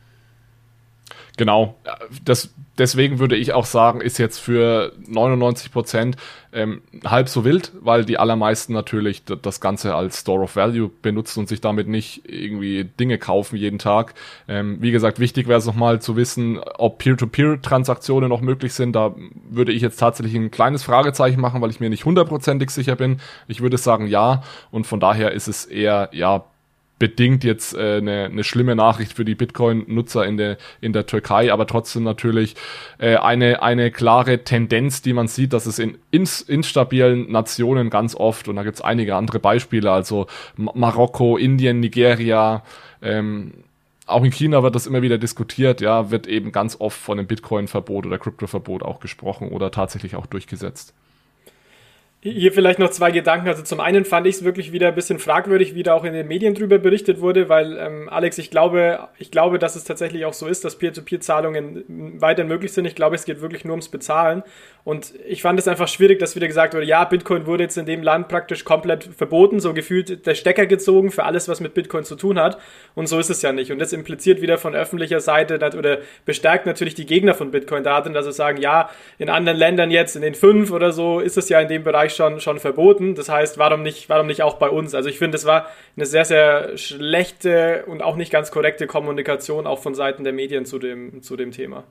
Genau, deswegen würde ich auch sagen, ist jetzt für 99% halb so wild, weil die allermeisten natürlich das Ganze als Store of Value benutzen und sich damit nicht irgendwie Dinge kaufen jeden Tag. Wie gesagt, wichtig wäre es nochmal zu wissen, ob Peer-to-Peer-Transaktionen noch möglich sind. Da würde ich jetzt tatsächlich ein kleines Fragezeichen machen, weil ich mir nicht 100%ig sicher bin. Ich würde sagen, ja, und von daher ist es eher, ja, bedingt jetzt eine schlimme Nachricht für die Bitcoin-Nutzer in der Türkei, aber trotzdem natürlich eine klare Tendenz, die man sieht, dass es in instabilen Nationen ganz oft, und da gibt es einige andere Beispiele, also Marokko, Indien, Nigeria, auch in China wird das immer wieder diskutiert, ja, wird eben ganz oft von einem Bitcoin-Verbot oder Krypto-Verbot auch gesprochen oder tatsächlich auch durchgesetzt. Hier vielleicht noch zwei Gedanken. Also zum einen fand ich es wirklich wieder ein bisschen fragwürdig, wie da auch in den Medien drüber berichtet wurde, weil, Alex, ich glaube, dass es tatsächlich auch so ist, dass Peer-to-Peer-Zahlungen weiterhin möglich sind. Ich glaube, es geht wirklich nur ums Bezahlen. Und ich fand es einfach schwierig, dass wieder gesagt wurde, ja, Bitcoin wurde jetzt in dem Land praktisch komplett verboten, so gefühlt der Stecker gezogen für alles, was mit Bitcoin zu tun hat. Und so ist es ja nicht. Und das impliziert wieder von öffentlicher Seite oder bestärkt natürlich die Gegner von Bitcoin darin, dass sie sagen, ja, in anderen Ländern jetzt, in den 5 oder so, ist es ja in dem Bereich schon verboten. Das heißt, warum nicht auch bei uns? Also ich finde, es war eine sehr, sehr schlechte und auch nicht ganz korrekte Kommunikation auch von Seiten der Medien zu dem Thema.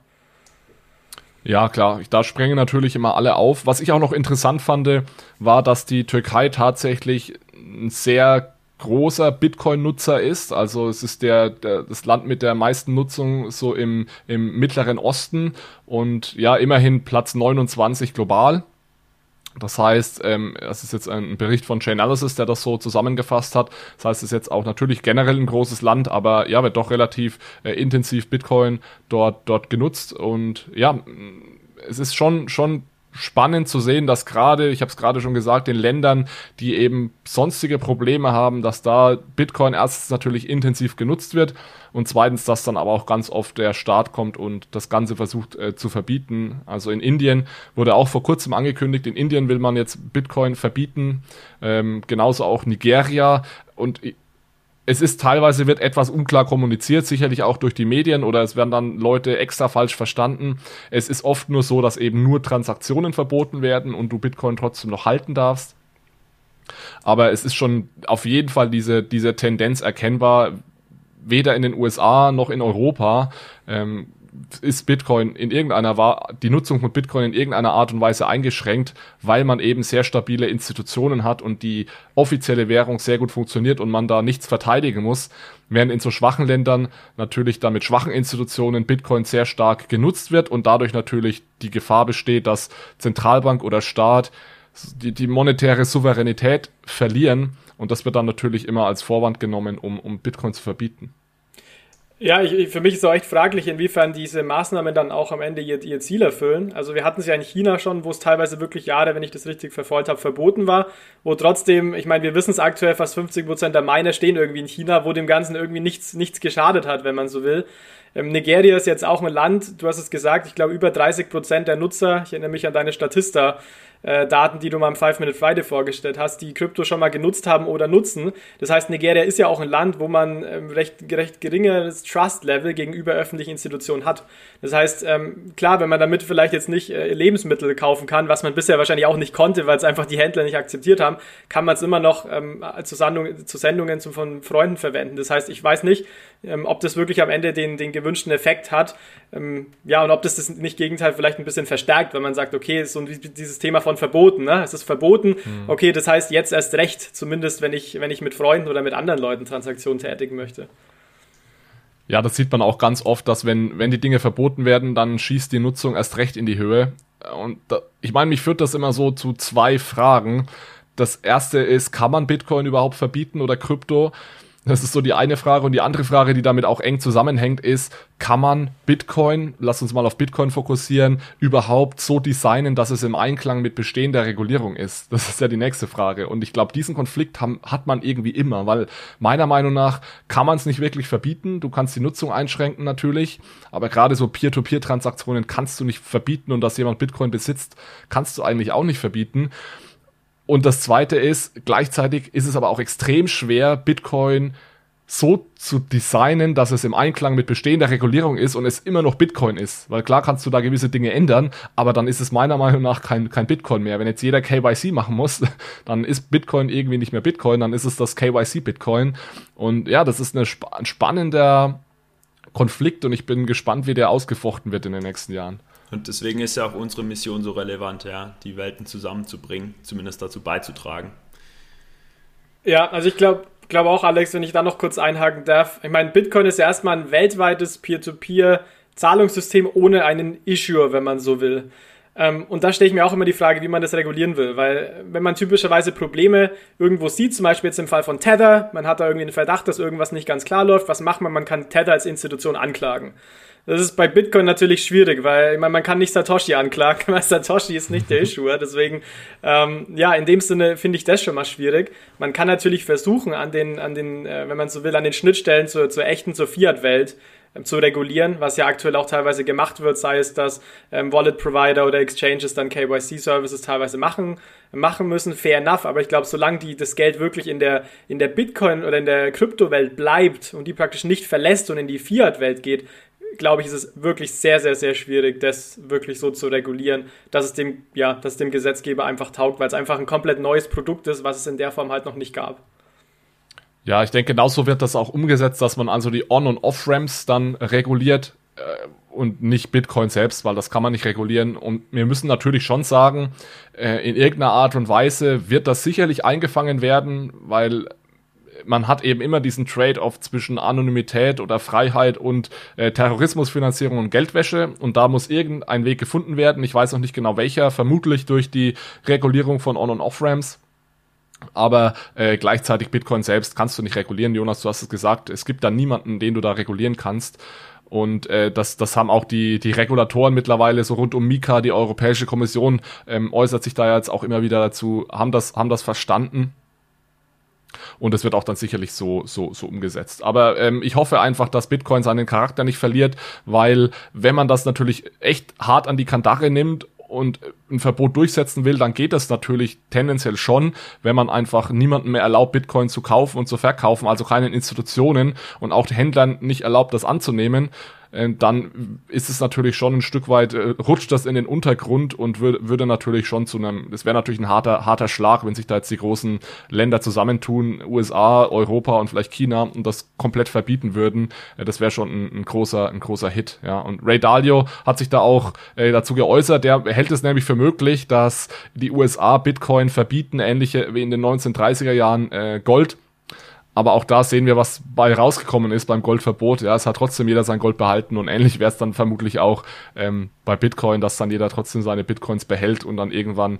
Ja, klar, da springen natürlich immer alle auf. Was ich auch noch interessant fand, war, dass die Türkei tatsächlich ein sehr großer Bitcoin-Nutzer ist. Also es ist das Land mit der meisten Nutzung so im Mittleren Osten und ja, immerhin Platz 29 global. Das heißt, das ist jetzt ein Bericht von Chainalysis, der das so zusammengefasst hat. Das heißt, es ist jetzt auch natürlich generell ein großes Land, aber ja, wird doch relativ intensiv Bitcoin dort genutzt. Und ja, es ist schon spannend zu sehen, dass gerade, ich habe es gerade schon gesagt, in Ländern, die eben sonstige Probleme haben, dass da Bitcoin erstens natürlich intensiv genutzt wird und zweitens, dass dann aber auch ganz oft der Staat kommt und das Ganze versucht zu verbieten. Also in Indien wurde auch vor kurzem angekündigt, in Indien will man jetzt Bitcoin verbieten, genauso auch Nigeria, und es ist teilweise, wird etwas unklar kommuniziert, sicherlich auch durch die Medien, oder es werden dann Leute extra falsch verstanden. Es ist oft nur so, dass eben nur Transaktionen verboten werden und du Bitcoin trotzdem noch halten darfst. Aber es ist schon auf jeden Fall diese Tendenz erkennbar, weder in den USA noch in Europa ist Bitcoin die Nutzung von Bitcoin in irgendeiner Art und Weise eingeschränkt, weil man eben sehr stabile Institutionen hat und die offizielle Währung sehr gut funktioniert und man da nichts verteidigen muss, während in so schwachen Ländern natürlich dann mit schwachen Institutionen Bitcoin sehr stark genutzt wird und dadurch natürlich die Gefahr besteht, dass Zentralbank oder Staat die monetäre Souveränität verlieren, und das wird dann natürlich immer als Vorwand genommen, um Bitcoin zu verbieten. Ja, für mich ist es auch echt fraglich, inwiefern diese Maßnahmen dann auch am Ende ihr Ziel erfüllen. Also wir hatten es ja in China schon, wo es teilweise wirklich Jahre, wenn ich das richtig verfolgt habe, verboten war, wo trotzdem, ich meine, wir wissen es aktuell, fast 50% der Miner stehen irgendwie in China, wo dem Ganzen irgendwie nichts geschadet hat, wenn man so will. Nigeria ist jetzt auch ein Land, du hast es gesagt, ich glaube über 30% der Nutzer, ich erinnere mich an deine Statista-Daten, die du mal am 5-Minute Friday vorgestellt hast, die Krypto schon mal genutzt haben oder nutzen. Das heißt, Nigeria ist ja auch ein Land, wo man recht geringes Trust-Level gegenüber öffentlichen Institutionen hat. Das heißt, klar, wenn man damit vielleicht jetzt nicht Lebensmittel kaufen kann, was man bisher wahrscheinlich auch nicht konnte, weil es einfach die Händler nicht akzeptiert haben, kann man es immer noch zu Sendungen von Freunden verwenden. Das heißt, ich weiß nicht, ob das wirklich am Ende den gewünschten Effekt hat. Ja, und ob das nicht Gegenteil vielleicht ein bisschen verstärkt, wenn man sagt, okay, so dieses Thema von Verboten, ne? Es ist verboten, okay, das heißt jetzt erst recht, zumindest wenn ich mit Freunden oder mit anderen Leuten Transaktionen tätigen möchte. Ja, das sieht man auch ganz oft, dass wenn die Dinge verboten werden, dann schießt die Nutzung erst recht in die Höhe. Und ich meine, mich führt das immer so zu zwei Fragen. Das erste ist, kann man Bitcoin überhaupt verbieten oder Krypto? Das ist so die eine Frage. Und die andere Frage, die damit auch eng zusammenhängt, ist, kann man Bitcoin, lass uns mal auf Bitcoin fokussieren, überhaupt so designen, dass es im Einklang mit bestehender Regulierung ist? Das ist ja die nächste Frage. Und ich glaube, diesen Konflikt hat man irgendwie immer, weil meiner Meinung nach kann man es nicht wirklich verbieten. Du kannst die Nutzung einschränken natürlich, aber gerade so Peer-to-Peer-Transaktionen kannst du nicht verbieten, und dass jemand Bitcoin besitzt, kannst du eigentlich auch nicht verbieten. Und das Zweite ist, gleichzeitig ist es aber auch extrem schwer, Bitcoin so zu designen, dass es im Einklang mit bestehender Regulierung ist und es immer noch Bitcoin ist. Weil klar kannst du da gewisse Dinge ändern, aber dann ist es meiner Meinung nach kein Bitcoin mehr. Wenn jetzt jeder KYC machen muss, dann ist Bitcoin irgendwie nicht mehr Bitcoin, dann ist es das KYC-Bitcoin. Und ja, das ist ein spannender Konflikt und ich bin gespannt, wie der ausgefochten wird in den nächsten Jahren. Und deswegen ist ja auch unsere Mission so relevant, ja, die Welten zusammenzubringen, zumindest dazu beizutragen. Ja, also ich glaube auch, Alex, wenn ich da noch kurz einhaken darf. Ich meine, Bitcoin ist ja erstmal ein weltweites Peer-to-Peer-Zahlungssystem ohne einen Issuer, wenn man so will. Und da stelle ich mir auch immer die Frage, wie man das regulieren will, weil wenn man typischerweise Probleme irgendwo sieht, zum Beispiel jetzt im Fall von Tether, man hat da irgendwie einen Verdacht, dass irgendwas nicht ganz klar läuft, was macht man? Man kann Tether als Institution anklagen. Das ist bei Bitcoin natürlich schwierig, weil ich meine, man kann nicht Satoshi anklagen, weil Satoshi ist nicht der Issuer. Deswegen, in dem Sinne finde ich das schon mal schwierig. Man kann natürlich versuchen, an den, wenn man so will, an den Schnittstellen zur Fiat-Welt zu regulieren, was ja aktuell auch teilweise gemacht wird, sei es, dass Wallet-Provider oder Exchanges dann KYC-Services teilweise machen müssen, fair enough, aber ich glaube, solange das Geld wirklich in der Bitcoin- oder in der Kryptowelt bleibt und die praktisch nicht verlässt und in die Fiat-Welt geht, glaube ich, ist es wirklich sehr, sehr, sehr schwierig, das wirklich so zu regulieren, dass es dem Gesetzgeber einfach taugt, weil es einfach ein komplett neues Produkt ist, was es in der Form halt noch nicht gab. Ja, ich denke, genauso wird das auch umgesetzt, dass man also die On- und Off-Ramps dann reguliert und nicht Bitcoin selbst, weil das kann man nicht regulieren. Und wir müssen natürlich schon sagen, in irgendeiner Art und Weise wird das sicherlich eingefangen werden, weil man hat eben immer diesen Trade-off zwischen Anonymität oder Freiheit und Terrorismusfinanzierung und Geldwäsche, und da muss irgendein Weg gefunden werden. Ich weiß noch nicht genau welcher, vermutlich durch die Regulierung von On- und Off-Ramps. Aber gleichzeitig Bitcoin selbst kannst du nicht regulieren. Jonas, du hast es gesagt, es gibt da niemanden, den du da regulieren kannst. Und das haben auch die Regulatoren mittlerweile so rund um Mika, die Europäische Kommission äußert sich da jetzt auch immer wieder dazu, haben das verstanden. Und es wird auch dann sicherlich so umgesetzt. Aber ich hoffe einfach, dass Bitcoin seinen Charakter nicht verliert, weil wenn man das natürlich echt hart an die Kandare nimmt und ein Verbot durchsetzen will, dann geht das natürlich tendenziell schon, wenn man einfach niemandem mehr erlaubt, Bitcoin zu kaufen und zu verkaufen, also keinen Institutionen und auch den Händlern nicht erlaubt, das anzunehmen, dann ist es natürlich schon ein Stück weit, rutscht das in den Untergrund und würde natürlich schon das wäre natürlich ein harter Schlag, wenn sich da jetzt die großen Länder zusammentun, USA, Europa und vielleicht China, und das komplett verbieten würden. Das wäre schon ein großer Hit, ja. Und Ray Dalio hat sich da auch dazu geäußert, der hält es nämlich für möglich, dass die USA Bitcoin verbieten, ähnliche wie in den 1930er Jahren Gold. Aber auch da sehen wir, was bei rausgekommen ist beim Goldverbot. Ja, es hat trotzdem jeder sein Gold behalten, und ähnlich wäre es dann vermutlich auch bei Bitcoin, dass dann jeder trotzdem seine Bitcoins behält und dann irgendwann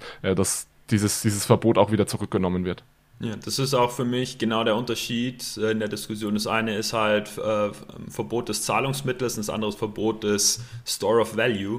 dieses Verbot auch wieder zurückgenommen wird. Ja, das ist auch für mich genau der Unterschied in der Diskussion. Das eine ist halt Verbot des Zahlungsmittels, das andere ist Verbot des Store of Value.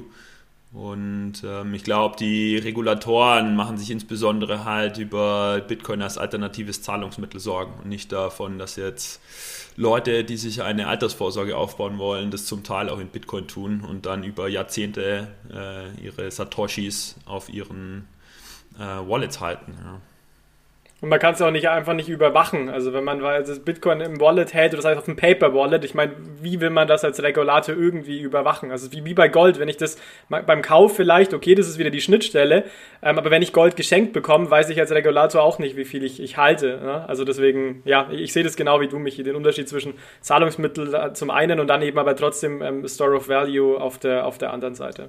Und ich glaube, die Regulatoren machen sich insbesondere halt über Bitcoin als alternatives Zahlungsmittel Sorgen und nicht davon, dass jetzt Leute, die sich eine Altersvorsorge aufbauen wollen, das zum Teil auch in Bitcoin tun und dann über Jahrzehnte ihre Satoshis auf ihren Wallets halten. Ja. Und man kann es auch einfach nicht überwachen. Also wenn man das Bitcoin im Wallet hält oder das heißt auf dem Paper-Wallet, ich meine, wie will man das als Regulator irgendwie überwachen? Also wie bei Gold, wenn ich das beim Kauf vielleicht, okay, das ist wieder die Schnittstelle, aber wenn ich Gold geschenkt bekomme, weiß ich als Regulator auch nicht, wie viel ich halte. Ne? Also deswegen, ja, ich sehe das genau wie du, Michi, den Unterschied zwischen Zahlungsmittel zum einen und dann eben aber trotzdem Store of Value auf der anderen Seite.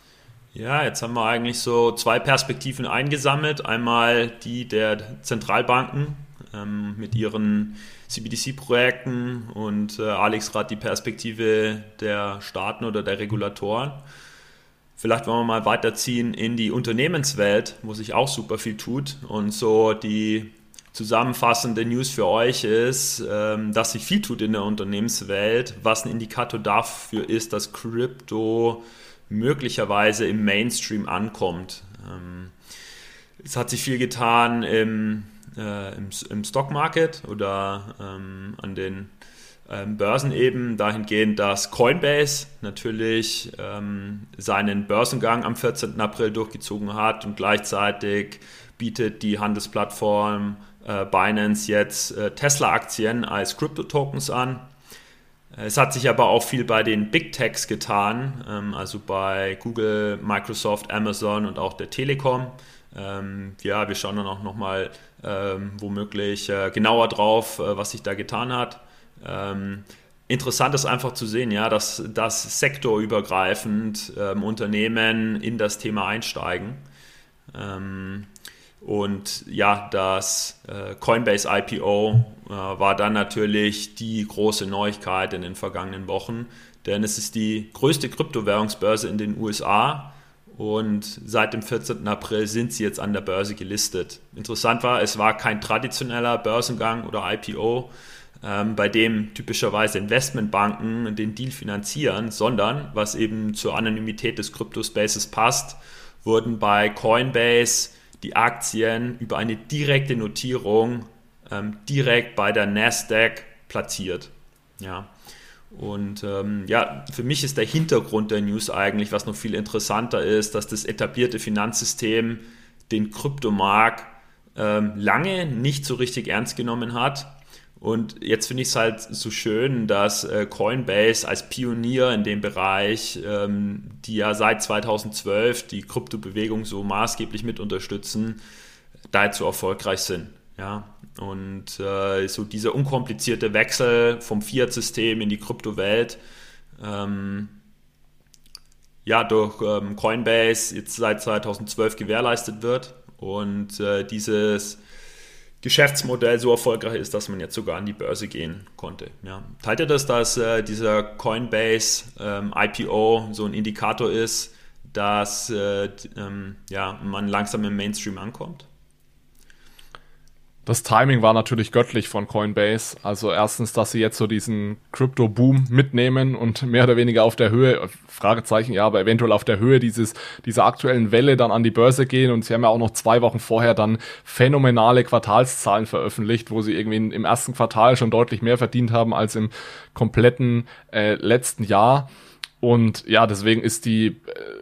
Ja, jetzt haben wir eigentlich so zwei Perspektiven eingesammelt. Einmal die der Zentralbanken mit ihren CBDC-Projekten und Alex gerade die Perspektive der Staaten oder der Regulatoren. Vielleicht wollen wir mal weiterziehen in die Unternehmenswelt, wo sich auch super viel tut. Und so die zusammenfassende News für euch ist, dass sich viel tut in der Unternehmenswelt, was ein Indikator dafür ist, dass Krypto möglicherweise im Mainstream ankommt. Es hat sich viel getan im Stockmarket oder an den Börsen eben, dahingehend, dass Coinbase natürlich seinen Börsengang am 14. April durchgezogen hat und gleichzeitig bietet die Handelsplattform Binance jetzt Tesla-Aktien als Crypto-Tokens an. Es hat sich aber auch viel bei den Big Techs getan, also bei Google, Microsoft, Amazon und auch der Telekom. Wir schauen dann auch nochmal womöglich genauer drauf, was sich da getan hat. Interessant ist einfach zu sehen, ja, dass sektorübergreifend Unternehmen in das Thema einsteigen. Und ja, das Coinbase IPO war dann natürlich die große Neuigkeit in den vergangenen Wochen, denn es ist die größte Kryptowährungsbörse in den USA und seit dem 14. April sind sie jetzt an der Börse gelistet. Interessant war, es war kein traditioneller Börsengang oder IPO, bei dem typischerweise Investmentbanken den Deal finanzieren, sondern was eben zur Anonymität des Crypto-Spaces passt, wurden bei Coinbase die Aktien über eine direkte Notierung direkt bei der Nasdaq platziert. Ja. Und für mich ist der Hintergrund der News eigentlich, was noch viel interessanter ist, dass das etablierte Finanzsystem den Kryptomarkt lange nicht so richtig ernst genommen hat. Und jetzt finde ich es halt so schön, dass Coinbase als Pionier in dem Bereich, die ja seit 2012 die Kryptobewegung so maßgeblich mit unterstützen, da jetzt so erfolgreich sind. Ja, und so dieser unkomplizierte Wechsel vom Fiat-System in die Kryptowelt, durch Coinbase jetzt seit 2012 gewährleistet wird und dieses Geschäftsmodell so erfolgreich ist, dass man jetzt sogar an die Börse gehen konnte. Ja. Teilt ihr das, dass dieser Coinbase IPO so ein Indikator ist, dass man langsam im Mainstream ankommt? Das Timing war natürlich göttlich von Coinbase. Also erstens, dass sie jetzt so diesen Crypto-Boom mitnehmen und mehr oder weniger auf der Höhe, Fragezeichen, ja, aber eventuell auf der Höhe dieser aktuellen Welle dann an die Börse gehen. Und sie haben ja auch noch 2 Wochen vorher dann phänomenale Quartalszahlen veröffentlicht, wo sie irgendwie im ersten Quartal schon deutlich mehr verdient haben als im kompletten letzten Jahr. Und ja, deswegen ist die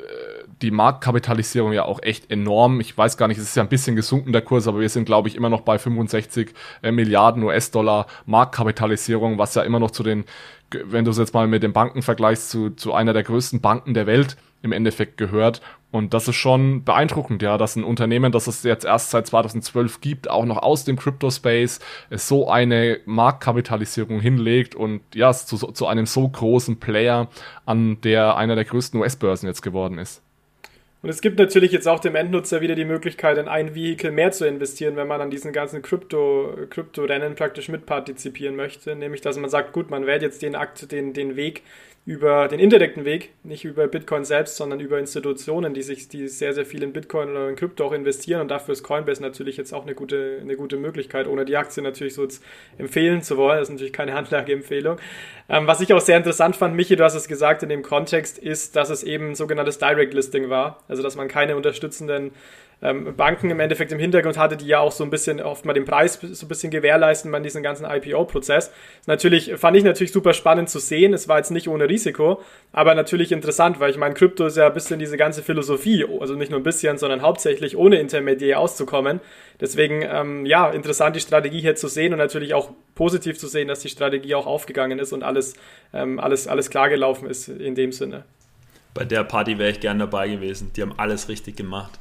Marktkapitalisierung ja auch echt enorm. Ich weiß gar nicht, es ist ja ein bisschen gesunken, der Kurs, aber wir sind, glaube ich, immer noch bei 65 Milliarden US-Dollar Marktkapitalisierung, was ja immer noch wenn du es jetzt mal mit den Banken vergleichst, zu einer der größten Banken der Welt im Endeffekt gehört. Und das ist schon beeindruckend, ja, dass ein Unternehmen, das es jetzt erst seit 2012 gibt, auch noch aus dem Crypto-Space so eine Marktkapitalisierung hinlegt und ja, zu einem so großen Player an einer der größten US-Börsen jetzt geworden ist. Und es gibt natürlich jetzt auch dem Endnutzer wieder die Möglichkeit, in ein Vehikel mehr zu investieren, wenn man an diesen ganzen Krypto-Rennen praktisch mitpartizipieren möchte. Nämlich, dass man sagt, gut, man wählt jetzt den Weg über den indirekten Weg, nicht über Bitcoin selbst, sondern über Institutionen, die sehr, sehr viel in Bitcoin oder in Krypto auch investieren. Und dafür ist Coinbase natürlich jetzt auch eine gute Möglichkeit, ohne die Aktie natürlich so empfehlen zu wollen. Das ist natürlich keine Anlageempfehlung. Was ich auch sehr interessant fand, Michi, du hast es gesagt in dem Kontext, ist, dass es eben ein sogenanntes Direct Listing war. Also, dass man keine unterstützenden Banken im Endeffekt im Hintergrund hatte, die ja auch so ein bisschen oft mal den Preis so ein bisschen gewährleisten bei diesem ganzen IPO-Prozess. Fand ich natürlich super spannend zu sehen. Es war jetzt nicht ohne Risiko, aber natürlich interessant, weil ich meine, Krypto ist ja ein bisschen diese ganze Philosophie, also nicht nur ein bisschen, sondern hauptsächlich ohne Intermediär auszukommen. Deswegen, interessant die Strategie hier zu sehen und natürlich auch positiv zu sehen, dass die Strategie auch aufgegangen ist und alles klar gelaufen ist in dem Sinne. Bei der Party wäre ich gern dabei gewesen. Die haben alles richtig gemacht.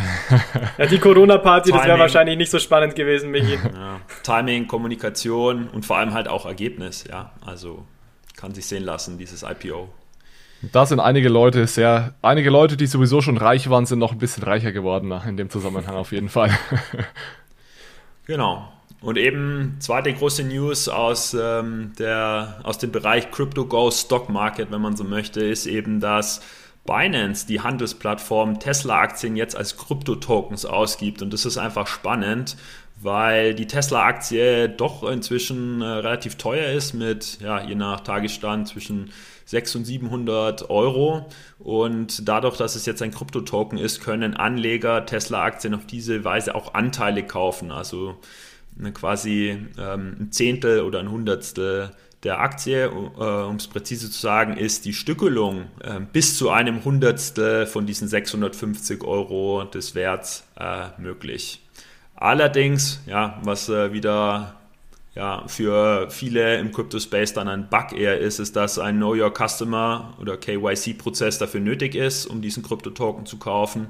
Ja, die Corona-Party, das wäre wahrscheinlich nicht so spannend gewesen, Michi. Ja, Timing, Kommunikation und vor allem halt auch Ergebnis, ja. Also kann sich sehen lassen, dieses IPO. Da sind einige Leute, die sowieso schon reich waren, sind noch ein bisschen reicher geworden in dem Zusammenhang auf jeden Fall. Genau. Und eben zweite große News aus dem Bereich CryptoGo Stock Market, wenn man so möchte, ist eben, dass Binance, die Handelsplattform, Tesla-Aktien jetzt als Krypto-Tokens ausgibt. Und das ist einfach spannend, weil die Tesla-Aktie doch inzwischen relativ teuer ist mit, je nach Tagesstand, zwischen 600 und 700 Euro. Und dadurch, dass es jetzt ein Krypto-Token ist, können Anleger Tesla-Aktien auf diese Weise auch Anteile kaufen. Also quasi ein Zehntel oder ein Hundertstel der Aktie, um es präzise zu sagen, ist die Stückelung bis zu einem Hundertstel von diesen 650 Euro des Werts möglich. Allerdings, was wieder für viele im Crypto-Space dann ein Bug eher ist, dass ein Know Your Customer oder KYC-Prozess dafür nötig ist, um diesen Krypto-Token zu kaufen.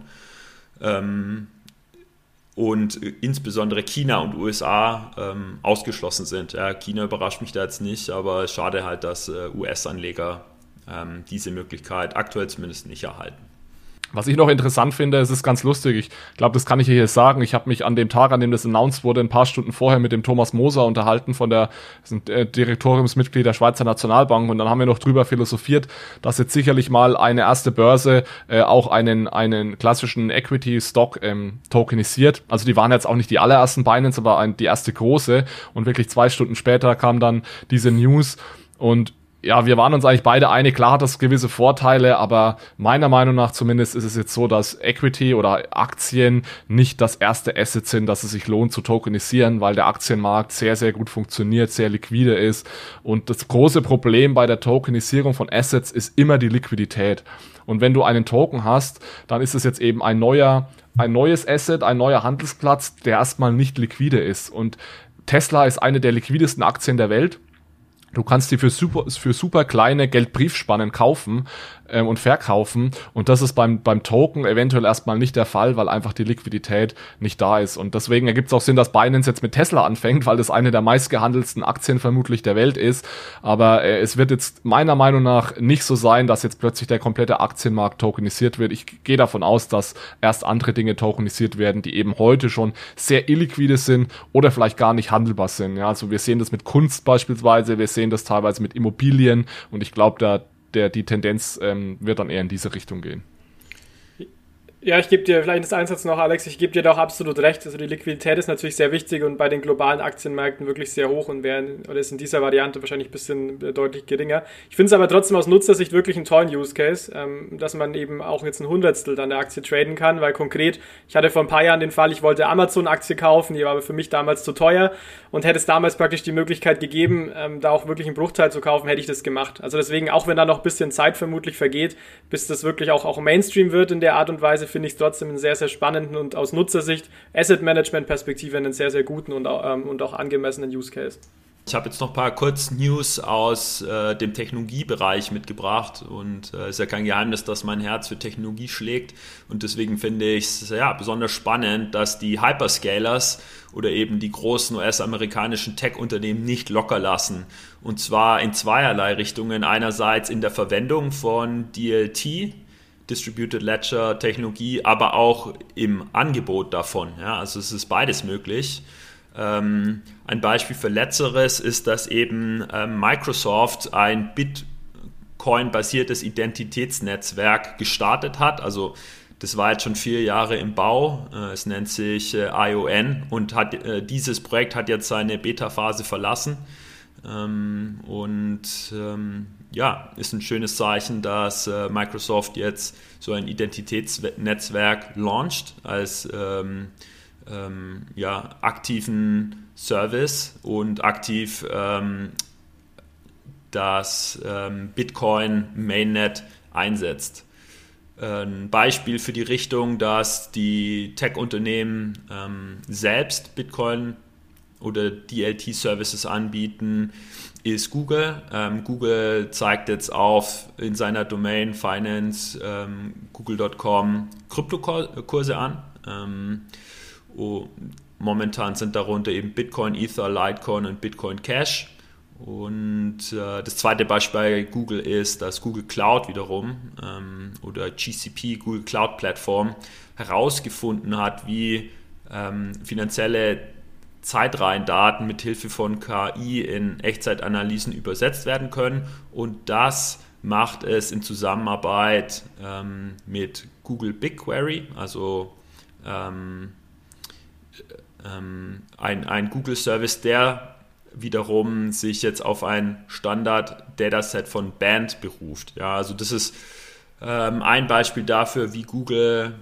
Und insbesondere China und USA ausgeschlossen sind. Ja, China überrascht mich da jetzt nicht, aber schade halt, dass US-Anleger diese Möglichkeit aktuell zumindest nicht erhalten. Was ich noch interessant finde, es ist ganz lustig, ich glaube, das kann ich hier sagen, ich habe mich an dem Tag, an dem das announced wurde, ein paar Stunden vorher mit dem Thomas Moser unterhalten von der Direktoriumsmitglied der Schweizer Nationalbank, und dann haben wir noch drüber philosophiert, dass jetzt sicherlich mal eine erste Börse auch einen klassischen Equity-Stock tokenisiert. Also die waren jetzt auch nicht die allerersten Binance, aber die erste große, und wirklich 2 Stunden später kam dann diese News, und ja, wir waren uns eigentlich beide einig, klar hat das gewisse Vorteile, aber meiner Meinung nach zumindest ist es jetzt so, dass Equity oder Aktien nicht das erste Asset sind, dass es sich lohnt zu tokenisieren, weil der Aktienmarkt sehr, sehr gut funktioniert, sehr liquide ist, und das große Problem bei der Tokenisierung von Assets ist immer die Liquidität. Und wenn du einen Token hast, dann ist es jetzt eben ein neues Asset, ein neuer Handelsplatz, der erstmal nicht liquide ist, und Tesla ist eine der liquidesten Aktien der Welt. Du kannst die für super kleine Geldbriefspannen kaufen und verkaufen, und das ist beim Token eventuell erstmal nicht der Fall, weil einfach die Liquidität nicht da ist, und deswegen ergibt es auch Sinn, dass Binance jetzt mit Tesla anfängt, weil das eine der meistgehandelsten Aktien vermutlich der Welt ist, aber es wird jetzt meiner Meinung nach nicht so sein, dass jetzt plötzlich der komplette Aktienmarkt tokenisiert wird. Ich gehe davon aus, dass erst andere Dinge tokenisiert werden, die eben heute schon sehr illiquide sind oder vielleicht gar nicht handelbar sind. Ja, also wir sehen das mit Kunst beispielsweise, wir sehen das teilweise mit Immobilien, und ich glaube, die Tendenz wird dann eher in diese Richtung gehen. Ja, ich gebe dir vielleicht das Einsatz noch, Alex, ich gebe dir doch absolut recht. Also die Liquidität ist natürlich sehr wichtig und bei den globalen Aktienmärkten wirklich sehr hoch und ist in dieser Variante wahrscheinlich ein bisschen deutlich geringer. Ich finde es aber trotzdem aus Nutzersicht wirklich einen tollen Use Case, dass man eben auch jetzt ein Hundertstel an der Aktie traden kann, weil konkret, ich hatte vor ein paar Jahren den Fall, ich wollte Amazon-Aktie kaufen, die war aber für mich damals zu teuer, und hätte es damals praktisch die Möglichkeit gegeben, da auch wirklich einen Bruchteil zu kaufen, hätte ich das gemacht. Also deswegen, auch wenn da noch ein bisschen Zeit vermutlich vergeht, bis das wirklich auch Mainstream wird in der Art und Weise, finde ich es trotzdem einen sehr, sehr spannenden und aus Nutzersicht, Asset-Management-Perspektive einen sehr, sehr guten und auch angemessenen Use Case. Ich habe jetzt noch ein paar Kurz-News aus dem Technologiebereich mitgebracht, und es ist ja kein Geheimnis, dass mein Herz für Technologie schlägt, und deswegen finde ich es besonders spannend, dass die Hyperscalers oder eben die großen US-amerikanischen Tech-Unternehmen nicht locker lassen, und zwar in zweierlei Richtungen. Einerseits in der Verwendung von DLT, Distributed Ledger Technologie, aber auch im Angebot davon. Ja, also es ist beides möglich. Ein Beispiel für Letzteres ist, dass eben Microsoft ein Bitcoin-basiertes Identitätsnetzwerk gestartet hat. Also das war jetzt schon 4 Jahre im Bau. Es nennt sich ION, und dieses Projekt hat jetzt seine Beta-Phase verlassen. Ist ein schönes Zeichen, dass Microsoft jetzt so ein Identitätsnetzwerk launcht als aktiven Service und aktiv das Bitcoin Mainnet einsetzt. Ein Beispiel für die Richtung, dass die Tech-Unternehmen selbst Bitcoin oder DLT-Services anbieten, ist Google. Google zeigt jetzt auf in seiner Domain Finance, google.com Kryptokurse an. Momentan sind darunter eben Bitcoin, Ether, Litecoin und Bitcoin Cash. Und das zweite Beispiel bei Google ist, dass Google Cloud wiederum oder GCP, Google Cloud Plattform, herausgefunden hat, wie finanzielle Zeitreihendaten mit Hilfe von KI in Echtzeitanalysen übersetzt werden können, und das macht es in Zusammenarbeit mit Google BigQuery, also ein Google-Service, der wiederum sich jetzt auf ein Standard-Dataset von Band beruft. Ja, also das ist ein Beispiel dafür, wie Google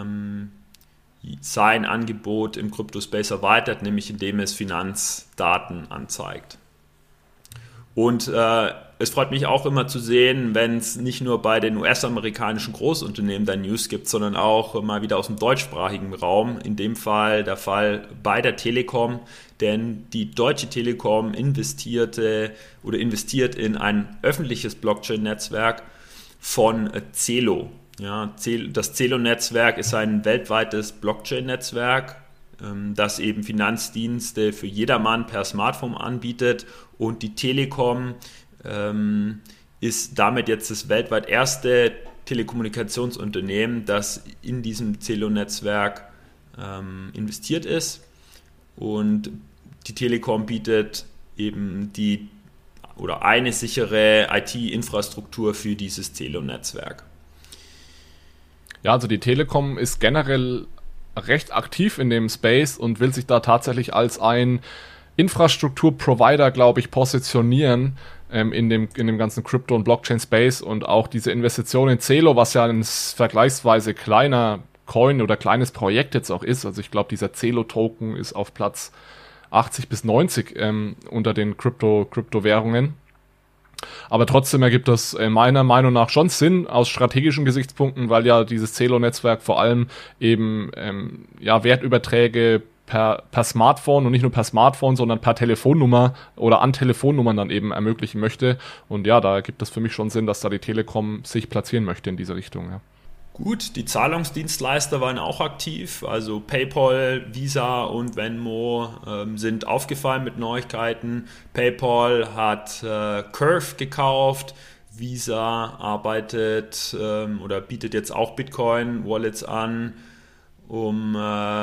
sein Angebot im Crypto-Space erweitert, nämlich indem es Finanzdaten anzeigt. Und es freut mich auch immer zu sehen, wenn es nicht nur bei den US-amerikanischen Großunternehmen da News gibt, sondern auch mal wieder aus dem deutschsprachigen Raum. In dem Fall der Fall bei der Telekom, denn die Deutsche Telekom investiert in ein öffentliches Blockchain-Netzwerk von Celo. Ja, das Celo-Netzwerk ist ein weltweites Blockchain-Netzwerk, das eben Finanzdienste für jedermann per Smartphone anbietet, und die Telekom ist damit jetzt das weltweit erste Telekommunikationsunternehmen, das in diesem Celo-Netzwerk investiert ist. Und die Telekom bietet eben eine sichere IT-Infrastruktur für dieses Celo-Netzwerk. Ja, also die Telekom ist generell recht aktiv in dem Space und will sich da tatsächlich als ein Infrastrukturprovider, glaube ich, positionieren in dem ganzen Crypto- und Blockchain-Space, und auch diese Investition in Celo, was ja ein vergleichsweise kleiner Coin oder kleines Projekt jetzt auch ist. Also ich glaube, dieser Celo-Token ist auf Platz 80 bis 90 unter den Kryptowährungen. Aber trotzdem ergibt das meiner Meinung nach schon Sinn aus strategischen Gesichtspunkten, weil ja dieses Celo-Netzwerk vor allem eben Wertüberträge per Smartphone, und nicht nur per Smartphone, sondern per Telefonnummer oder an Telefonnummern dann eben ermöglichen möchte. Und ja, da gibt es für mich schon Sinn, dass da die Telekom sich platzieren möchte in diese Richtung. Ja. Gut, die Zahlungsdienstleister waren auch aktiv, also PayPal, Visa und Venmo sind aufgefallen mit Neuigkeiten. PayPal hat Curve gekauft, Visa arbeitet oder bietet jetzt auch Bitcoin-Wallets an, um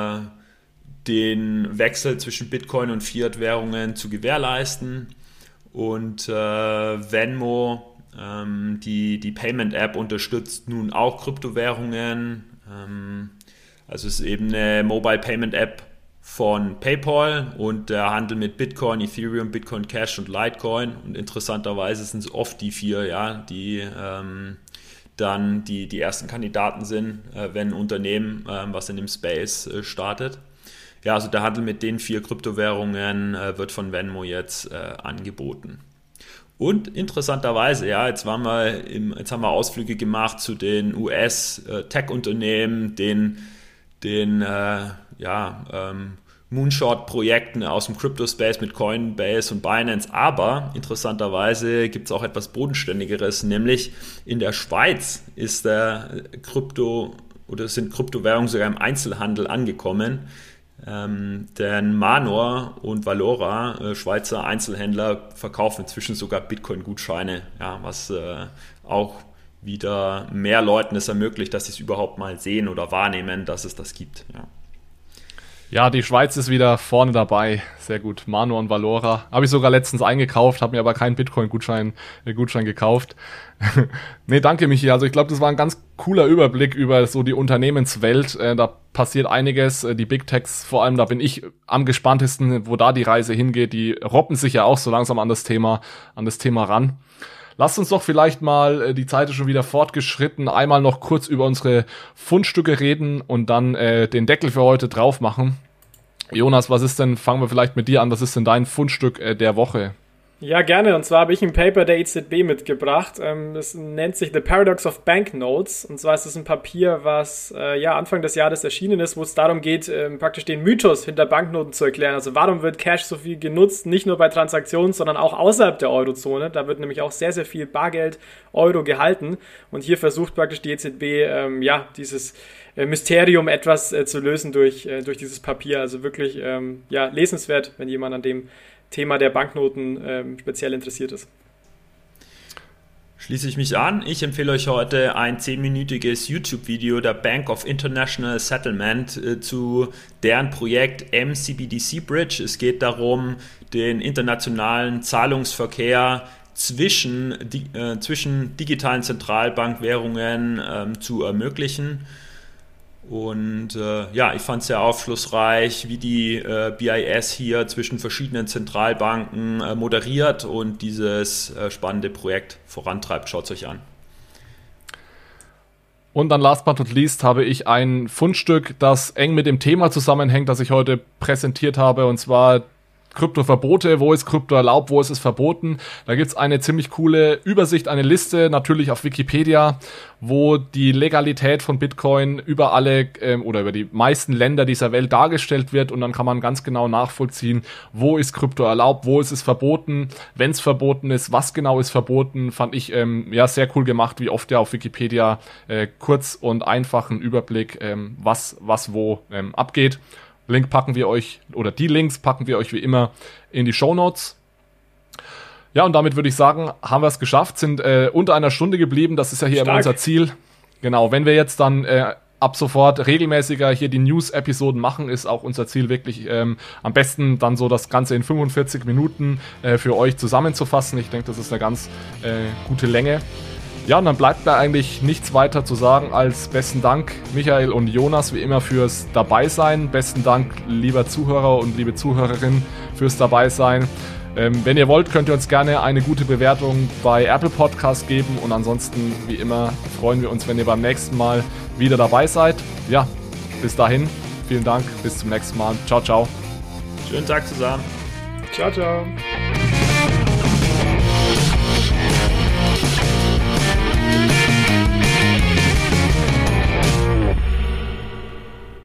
den Wechsel zwischen Bitcoin und Fiat-Währungen zu gewährleisten. Und Venmo, die Payment-App, unterstützt nun auch Kryptowährungen. Also es ist eben eine Mobile-Payment-App von PayPal und der Handel mit Bitcoin, Ethereum, Bitcoin Cash und Litecoin. Und interessanterweise sind es oft die 4, die dann die ersten Kandidaten sind, wenn ein Unternehmen, was in dem Space startet. Ja, also der Handel mit den 4 Kryptowährungen wird von Venmo jetzt angeboten. Und interessanterweise, jetzt haben wir Ausflüge gemacht zu den US-Tech-Unternehmen, den Moonshot-Projekten aus dem Crypto-Space mit Coinbase und Binance. Aber interessanterweise gibt es auch etwas Bodenständigeres, nämlich in der Schweiz sind Kryptowährungen sogar im Einzelhandel angekommen. Denn Manor und Valora, Schweizer Einzelhändler, verkaufen inzwischen sogar Bitcoin-Gutscheine, was auch wieder mehr Leuten es ermöglicht, dass sie es überhaupt mal sehen oder wahrnehmen, dass es das gibt. Ja, die Schweiz ist wieder vorne dabei. Sehr gut. Manor und Valora. Habe ich sogar letztens eingekauft, habe mir aber keinen Bitcoin-Gutschein gekauft. Nee, danke, Michi. Also ich glaube, das war ein ganz cooler Überblick über so die Unternehmenswelt. Da passiert einiges. Die Big Techs, vor allem, da bin ich am gespanntesten, wo da die Reise hingeht. Die robben sich ja auch so langsam an das Thema ran. Lasst uns doch vielleicht mal, die Zeit ist schon wieder fortgeschritten, einmal noch kurz über unsere Fundstücke reden und dann den Deckel für heute drauf machen. Jonas, fangen wir vielleicht mit dir an, was ist denn dein Fundstück der Woche? Ja, gerne. Und zwar habe ich ein Paper der EZB mitgebracht. Das nennt sich The Paradox of Banknotes. Und zwar ist es ein Papier, was Anfang des Jahres erschienen ist, wo es darum geht, praktisch den Mythos hinter Banknoten zu erklären. Also warum wird Cash so viel genutzt, nicht nur bei Transaktionen, sondern auch außerhalb der Eurozone. Da wird nämlich auch sehr, sehr viel Bargeld, Euro gehalten. Und hier versucht praktisch die EZB, dieses Mysterium etwas zu lösen durch dieses Papier. Also wirklich lesenswert, wenn jemand an dem Thema der Banknoten speziell interessiert ist. Schließe ich mich an. Ich empfehle euch heute ein 10-minütiges YouTube-Video der Bank of International Settlement zu deren Projekt MCBDC Bridge. Es geht darum, den internationalen Zahlungsverkehr zwischen digitalen Zentralbankwährungen zu ermöglichen. Und ich fand es sehr aufschlussreich, wie die BIS hier zwischen verschiedenen Zentralbanken moderiert und dieses spannende Projekt vorantreibt. Schaut es euch an. Und dann last but not least habe ich ein Fundstück, das eng mit dem Thema zusammenhängt, das ich heute präsentiert habe, und zwar Kryptoverbote, wo ist Krypto erlaubt, wo ist es verboten. Da gibt's eine ziemlich coole Übersicht, eine Liste, natürlich auf Wikipedia, wo die Legalität von Bitcoin über alle oder über die meisten Länder dieser Welt dargestellt wird, und dann kann man ganz genau nachvollziehen, wo ist Krypto erlaubt, wo ist es verboten, wenn es verboten ist, was genau ist verboten. Fand ich sehr cool gemacht, wie oft ja auf Wikipedia kurz und einfachen Überblick, was wo abgeht. Die Links packen wir euch wie immer in die Shownotes. Ja, und damit würde ich sagen, haben wir es geschafft, sind unter einer Stunde geblieben. Das ist ja hier immer unser Ziel. Genau, wenn wir jetzt dann ab sofort regelmäßiger hier die News-Episoden machen, ist auch unser Ziel wirklich am besten dann so das Ganze in 45 Minuten für euch zusammenzufassen. Ich denke, das ist eine ganz gute Länge. Ja, und dann bleibt mir eigentlich nichts weiter zu sagen als besten Dank, Michael und Jonas, wie immer fürs Dabeisein. Besten Dank, lieber Zuhörer und liebe Zuhörerin, fürs Dabeisein. Wenn ihr wollt, könnt ihr uns gerne eine gute Bewertung bei Apple Podcast geben und ansonsten, wie immer, freuen wir uns, wenn ihr beim nächsten Mal wieder dabei seid. Ja, bis dahin, vielen Dank, bis zum nächsten Mal. Ciao, ciao. Schönen Tag zusammen. Ciao, ciao.